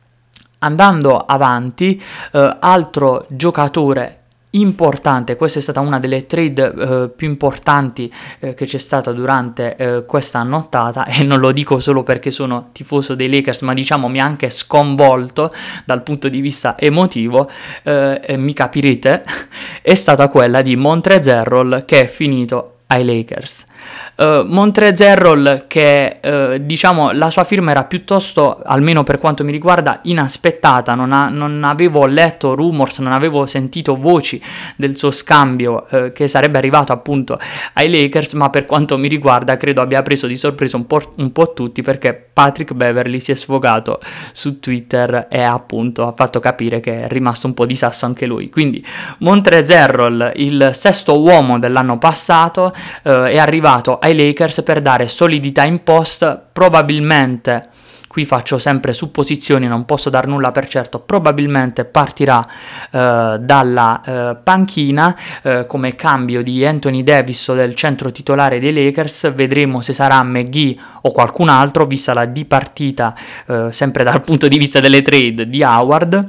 Andando avanti, eh, altro giocatore importante, questa è stata una delle trade eh, più importanti eh, che c'è stata durante eh, questa nottata, e non lo dico solo perché sono tifoso dei Lakers, ma diciamo mi ha anche sconvolto dal punto di vista emotivo, eh, eh, mi capirete, è stata quella di Montrezl Harrell, che è finito ai Lakers. Uh, Montrezl Harrell, che uh, diciamo la sua firma era piuttosto, almeno per quanto mi riguarda, inaspettata, non, ha, non avevo letto rumors, non avevo sentito voci del suo scambio uh, che sarebbe arrivato appunto ai Lakers, ma per quanto mi riguarda credo abbia preso di sorpresa un po', un po' tutti, perché Patrick Beverley si è sfogato su Twitter e appunto ha fatto capire che è rimasto un po' di sasso anche lui. Quindi Montrezl Harrell, il sesto uomo dell'anno passato, uh, è arrivato ai Lakers per dare solidità in post. Probabilmente, qui faccio sempre supposizioni, non posso dar nulla per certo, probabilmente partirà eh, dalla eh, panchina eh, come cambio di Anthony Davis del centro titolare dei Lakers. Vedremo se sarà McGee o qualcun altro, vista la dipartita eh, sempre dal punto di vista delle trade di Howard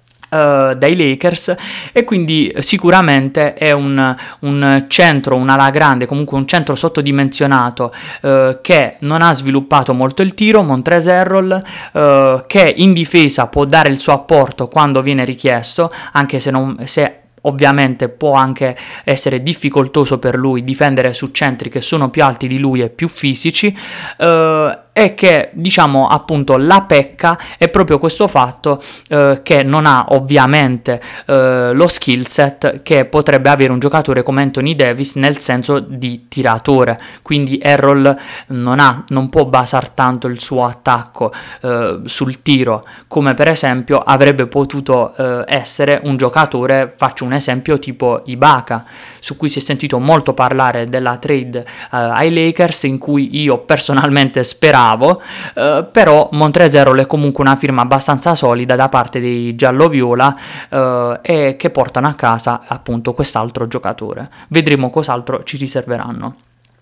Uh, dai Lakers, e quindi sicuramente è un, un centro, un'ala grande, comunque un centro sottodimensionato uh, che non ha sviluppato molto il tiro, Montrezl Harrell, uh, che in difesa può dare il suo apporto quando viene richiesto, anche se, non, se ovviamente può anche essere difficoltoso per lui difendere su centri che sono più alti di lui e più fisici, uh, e che diciamo appunto la pecca è proprio questo fatto eh, che non ha ovviamente eh, lo skill set che potrebbe avere un giocatore come Anthony Davis nel senso di tiratore, quindi Harrell non ha, non può basare tanto il suo attacco eh, sul tiro come per esempio avrebbe potuto eh, essere un giocatore, faccio un esempio tipo Ibaka, su cui si è sentito molto parlare della trade eh, ai Lakers, in cui io personalmente speravo Uh, però Montrezl Harrell è comunque una firma abbastanza solida da parte dei giallo-viola uh, e che portano a casa appunto quest'altro giocatore. Vedremo cos'altro ci riserveranno.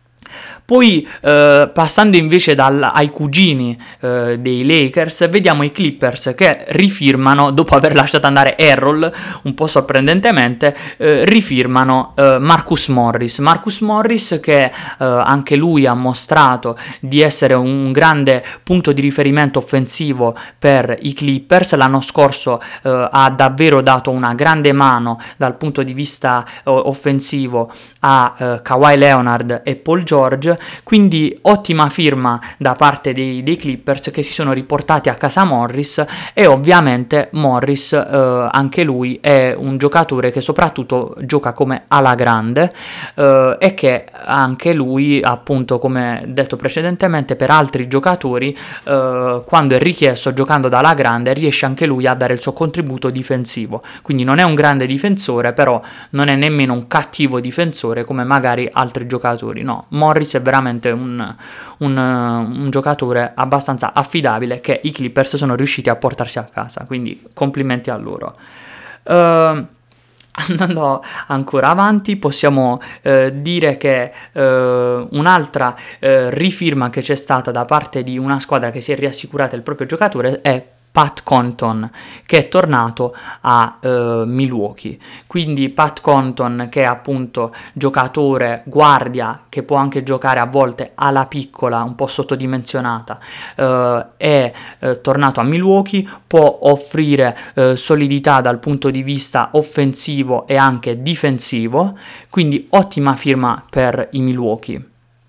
Poi eh, passando invece dal, ai cugini eh, dei Lakers, vediamo i Clippers che rifirmano, dopo aver lasciato andare Harrell un po' sorprendentemente, eh, rifirmano eh, Marcus Morris. Marcus Morris che eh, anche lui ha mostrato di essere un grande punto di riferimento offensivo per i Clippers. L'anno scorso eh, ha davvero dato una grande mano dal punto di vista eh, offensivo a eh, Kawhi Leonard e Paul George. George, quindi ottima firma da parte dei, dei Clippers, che si sono riportati a casa Morris. E ovviamente Morris, eh, anche lui è un giocatore che soprattutto gioca come ala grande, eh, e che anche lui, appunto, come detto precedentemente, per altri giocatori, eh, quando è richiesto giocando da ala grande, riesce anche lui a dare il suo contributo difensivo. Quindi non è un grande difensore, però non è nemmeno un cattivo difensore come magari altri giocatori. No, Morris è veramente un, un, un giocatore abbastanza affidabile, che i Clippers sono riusciti a portarsi a casa, quindi complimenti a loro. Uh, Andando ancora avanti, possiamo eh, dire che eh, un'altra eh, rifirma che c'è stata da parte di una squadra che si è riassicurata il proprio giocatore è Pat Connaughton, che è tornato a uh, Milwaukee. Quindi Pat Connaughton, che è appunto giocatore guardia, che può anche giocare a volte alla piccola, un po' sottodimensionata, uh, è uh, tornato a Milwaukee, può offrire uh, solidità dal punto di vista offensivo e anche difensivo, quindi ottima firma per i Milwaukee.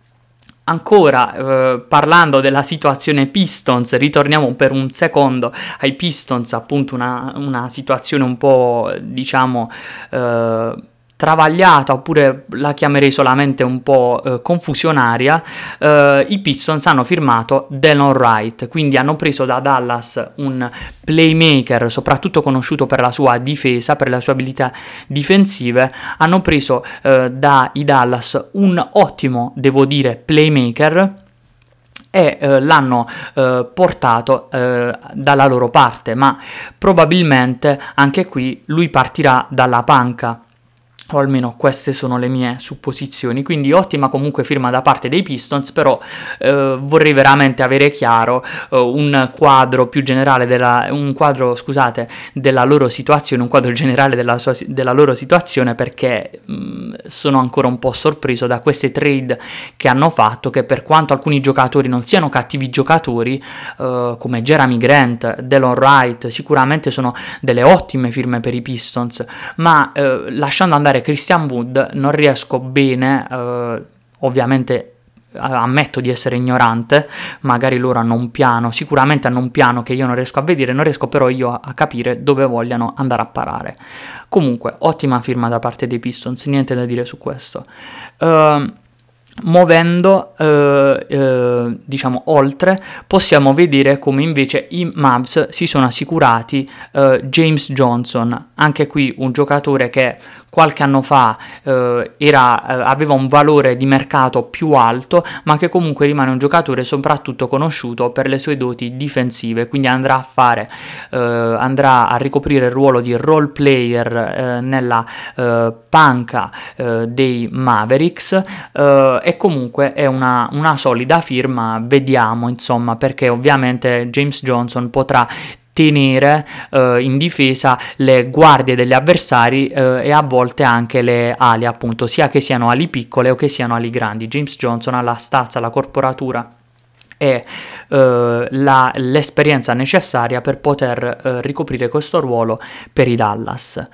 Ancora eh, parlando della situazione Pistons, ritorniamo per un secondo ai Pistons, appunto una, una situazione un po', diciamo, eh, travagliata, oppure la chiamerei solamente un po' eh, confusionaria. Eh, i Pistons hanno firmato Delon Wright, quindi hanno preso da Dallas un playmaker, soprattutto conosciuto per la sua difesa, per le sue abilità difensive. Hanno preso eh, dai Dallas un ottimo, devo dire, playmaker, e eh, l'hanno eh, portato eh, dalla loro parte, ma probabilmente anche qui lui partirà dalla panca, o almeno queste sono le mie supposizioni. Quindi ottima comunque firma da parte dei Pistons, però eh, vorrei veramente avere chiaro eh, un quadro più generale della un quadro scusate della loro situazione, un quadro generale della, sua, della loro situazione, perché mh, sono ancora un po' sorpreso da queste trade che hanno fatto, che per quanto alcuni giocatori non siano cattivi giocatori, eh, come Jeremy Grant, Delon Wright, sicuramente sono delle ottime firme per i Pistons, ma eh, lasciando andare Christian Wood non riesco bene, eh, ovviamente ammetto di essere ignorante, magari loro hanno un piano, sicuramente hanno un piano che io non riesco a vedere, non riesco però io a, a capire dove vogliano andare a parare. Comunque ottima firma da parte dei Pistons, niente da dire su questo. Uh, Muovendo eh, eh, diciamo oltre, possiamo vedere come invece i Mavs si sono assicurati eh, James Johnson, anche qui un giocatore che qualche anno fa eh, era, eh, aveva un valore di mercato più alto, ma che comunque rimane un giocatore soprattutto conosciuto per le sue doti difensive, quindi andrà a fare eh, andrà a ricoprire il ruolo di role player eh, nella eh, panca eh, dei Mavericks, eh, e comunque è una, una solida firma. Vediamo insomma, perché ovviamente James Johnson potrà tenere eh, in difesa le guardie degli avversari eh, e a volte anche le ali, appunto, sia che siano ali piccole o che siano ali grandi. James Johnson ha la stazza, la corporatura e eh, la, l'esperienza necessaria per poter eh, ricoprire questo ruolo per i Dallas.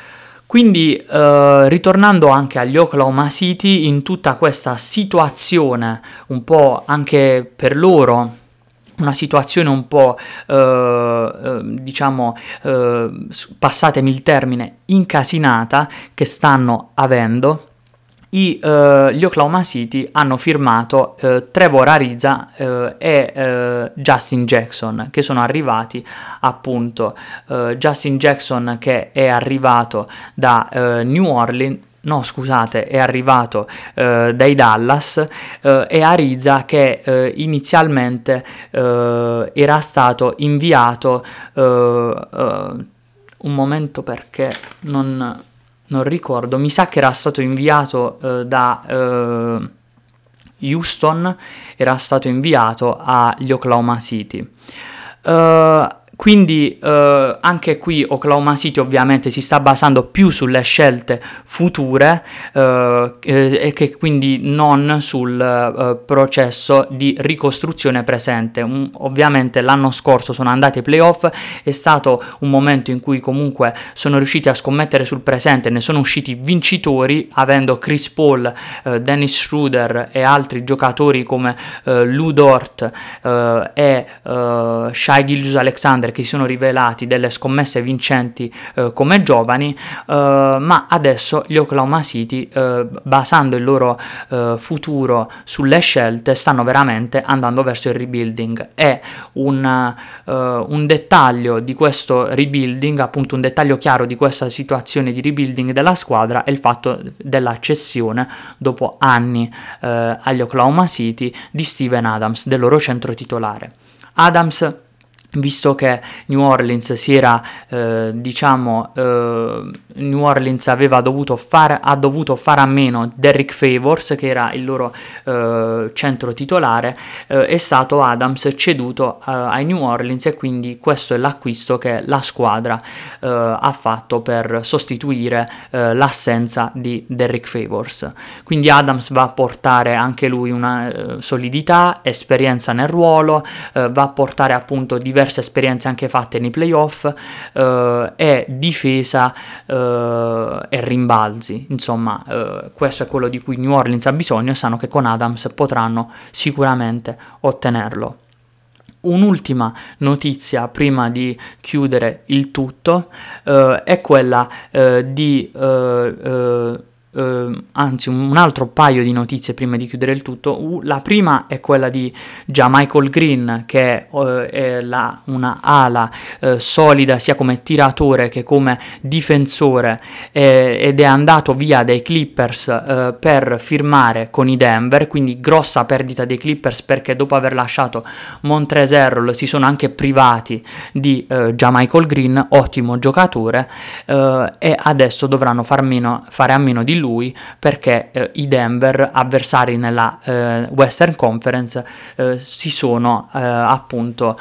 Quindi eh, ritornando anche agli Oklahoma City, in tutta questa situazione un po' anche per loro, una situazione un po' eh, eh, diciamo eh, passatemi il termine, incasinata, che stanno avendo, I, uh, gli Oklahoma City hanno firmato uh, Trevor Ariza uh, e uh, Justin Jackson, che sono arrivati appunto, uh, Justin Jackson che è arrivato da uh, New Orleans, no scusate, è arrivato uh, dai Dallas, uh, e Ariza che uh, inizialmente uh, era stato inviato, uh, uh, un momento perché non... non ricordo, mi sa che era stato inviato eh, da eh, Houston, era stato inviato agli Oklahoma City. Uh, Quindi eh, anche qui Oklahoma City ovviamente si sta basando più sulle scelte future eh, e che quindi non sul eh, processo di ricostruzione presente. Um, ovviamente l'anno scorso sono andati ai playoff, è stato un momento in cui comunque sono riusciti a scommettere sul presente, ne sono usciti vincitori avendo Chris Paul, eh, Dennis Schroeder e altri giocatori come eh, Lu Dort eh, e eh, Shai Gilgeous-Alexander che si sono rivelati delle scommesse vincenti eh, come giovani, eh, ma adesso gli Oklahoma City, eh, basando il loro eh, futuro sulle scelte, stanno veramente andando verso il rebuilding. E un, uh, un dettaglio di questo rebuilding, appunto un dettaglio chiaro di questa situazione di rebuilding della squadra, è il fatto della cessione dopo anni uh, agli Oklahoma City di Steven Adams, del loro centro titolare. Adams, visto che New Orleans si era, eh, diciamo, eh, New Orleans aveva dovuto fare, ha dovuto fare a meno Derrick Favors, che era il loro eh, centro titolare, eh, è stato Adams ceduto eh, ai New Orleans, e quindi questo è l'acquisto che la squadra eh, ha fatto per sostituire eh, l'assenza di Derrick Favors. Quindi Adams va a portare anche lui una eh, solidità, esperienza nel ruolo, eh, va a portare appunto diverse esperienze anche fatte nei playoff, eh, e difesa eh, e rimbalzi. Insomma, eh, questo è quello di cui New Orleans ha bisogno e sanno che con Adams potranno sicuramente ottenerlo. Un'ultima notizia prima di chiudere il tutto eh, è quella eh, di eh, eh, Uh, anzi un altro paio di notizie prima di chiudere il tutto. Uh, la prima è quella di JaMychal Green, che uh, è la, una ala uh, solida sia come tiratore che come difensore, eh, ed è andato via dai Clippers uh, per firmare con i Denver, quindi grossa perdita dei Clippers, perché dopo aver lasciato Montrezl Harrell si sono anche privati di uh, JaMychal Green, ottimo giocatore, uh, e adesso dovranno far meno, fare a meno di lui, perché eh, i Denver, avversari nella eh, Western Conference, eh, si sono eh, appunto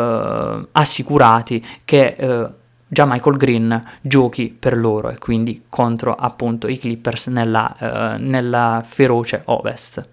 eh, assicurati che eh, JaMychal Green giochi per loro, e quindi contro appunto i Clippers nella, eh, nella feroce Ovest.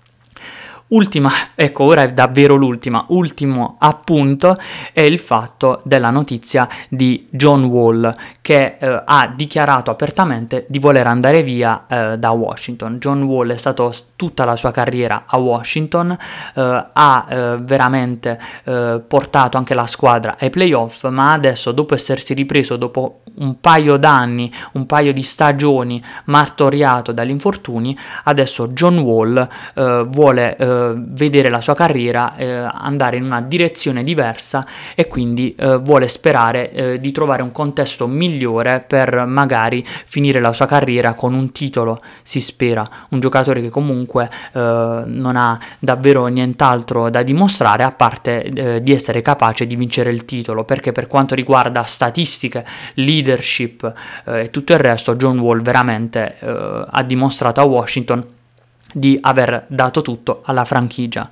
Ultima, ecco, ora è davvero l'ultima, ultimo appunto è il fatto della notizia di John Wall, che eh, ha dichiarato apertamente di voler andare via eh, da Washington. John Wall è stato tutta la sua carriera a Washington, eh, ha eh, veramente eh, portato anche la squadra ai playoff, ma adesso, dopo essersi ripreso dopo un paio d'anni, un paio di stagioni martoriato dagli infortuni, adesso John Wall eh, vuole eh, vedere la sua carriera eh, andare in una direzione diversa, e quindi eh, vuole sperare eh, di trovare un contesto migliore per magari finire la sua carriera con un titolo, si spera. Un giocatore che comunque eh, non ha davvero nient'altro da dimostrare, a parte eh, di essere capace di vincere il titolo, perché per quanto riguarda statistiche, leadership eh, e tutto il resto, John Wall veramente eh, ha dimostrato a Washington di aver dato tutto alla franchigia.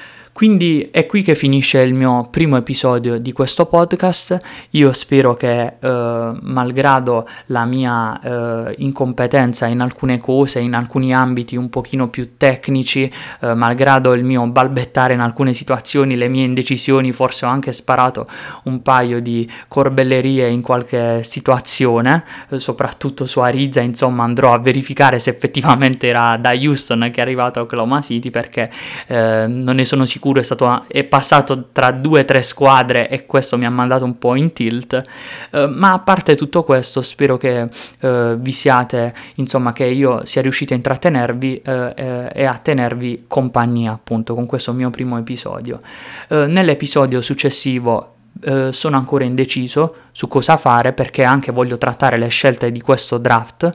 Quindi è qui che finisce il mio primo episodio di questo podcast. Io spero che, eh, malgrado la mia eh, incompetenza in alcune cose, in alcuni ambiti un pochino più tecnici, eh, malgrado il mio balbettare in alcune situazioni, le mie indecisioni, forse ho anche sparato un paio di corbellerie in qualche situazione, eh, soprattutto su Ariza. Insomma, andrò a verificare se effettivamente era da Houston che è arrivato a Oklahoma City, perché eh, non ne sono sicuro. È stato è passato tra due o tre squadre e questo mi ha mandato un po' in tilt, uh, ma a parte tutto questo spero che uh, vi siate, insomma, che io sia riuscito a intrattenervi uh, eh, e a tenervi compagnia appunto con questo mio primo episodio. Uh, nell'episodio successivo Uh, sono ancora indeciso su cosa fare, perché anche voglio trattare le scelte di questo draft.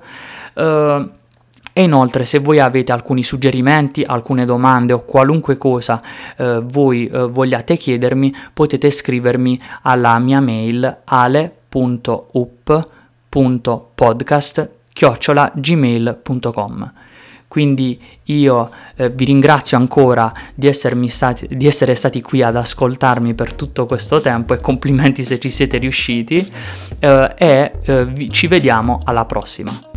Uh, E inoltre, se voi avete alcuni suggerimenti, alcune domande o qualunque cosa eh, voi eh, vogliate chiedermi, potete scrivermi alla mia mail ale punto up punto podcast chiocciola gmail punto com. quindi io eh, vi ringrazio ancora di, essermi stati, di essere stati qui ad ascoltarmi per tutto questo tempo, e complimenti se ci siete riusciti, eh, e eh, vi, ci vediamo alla prossima.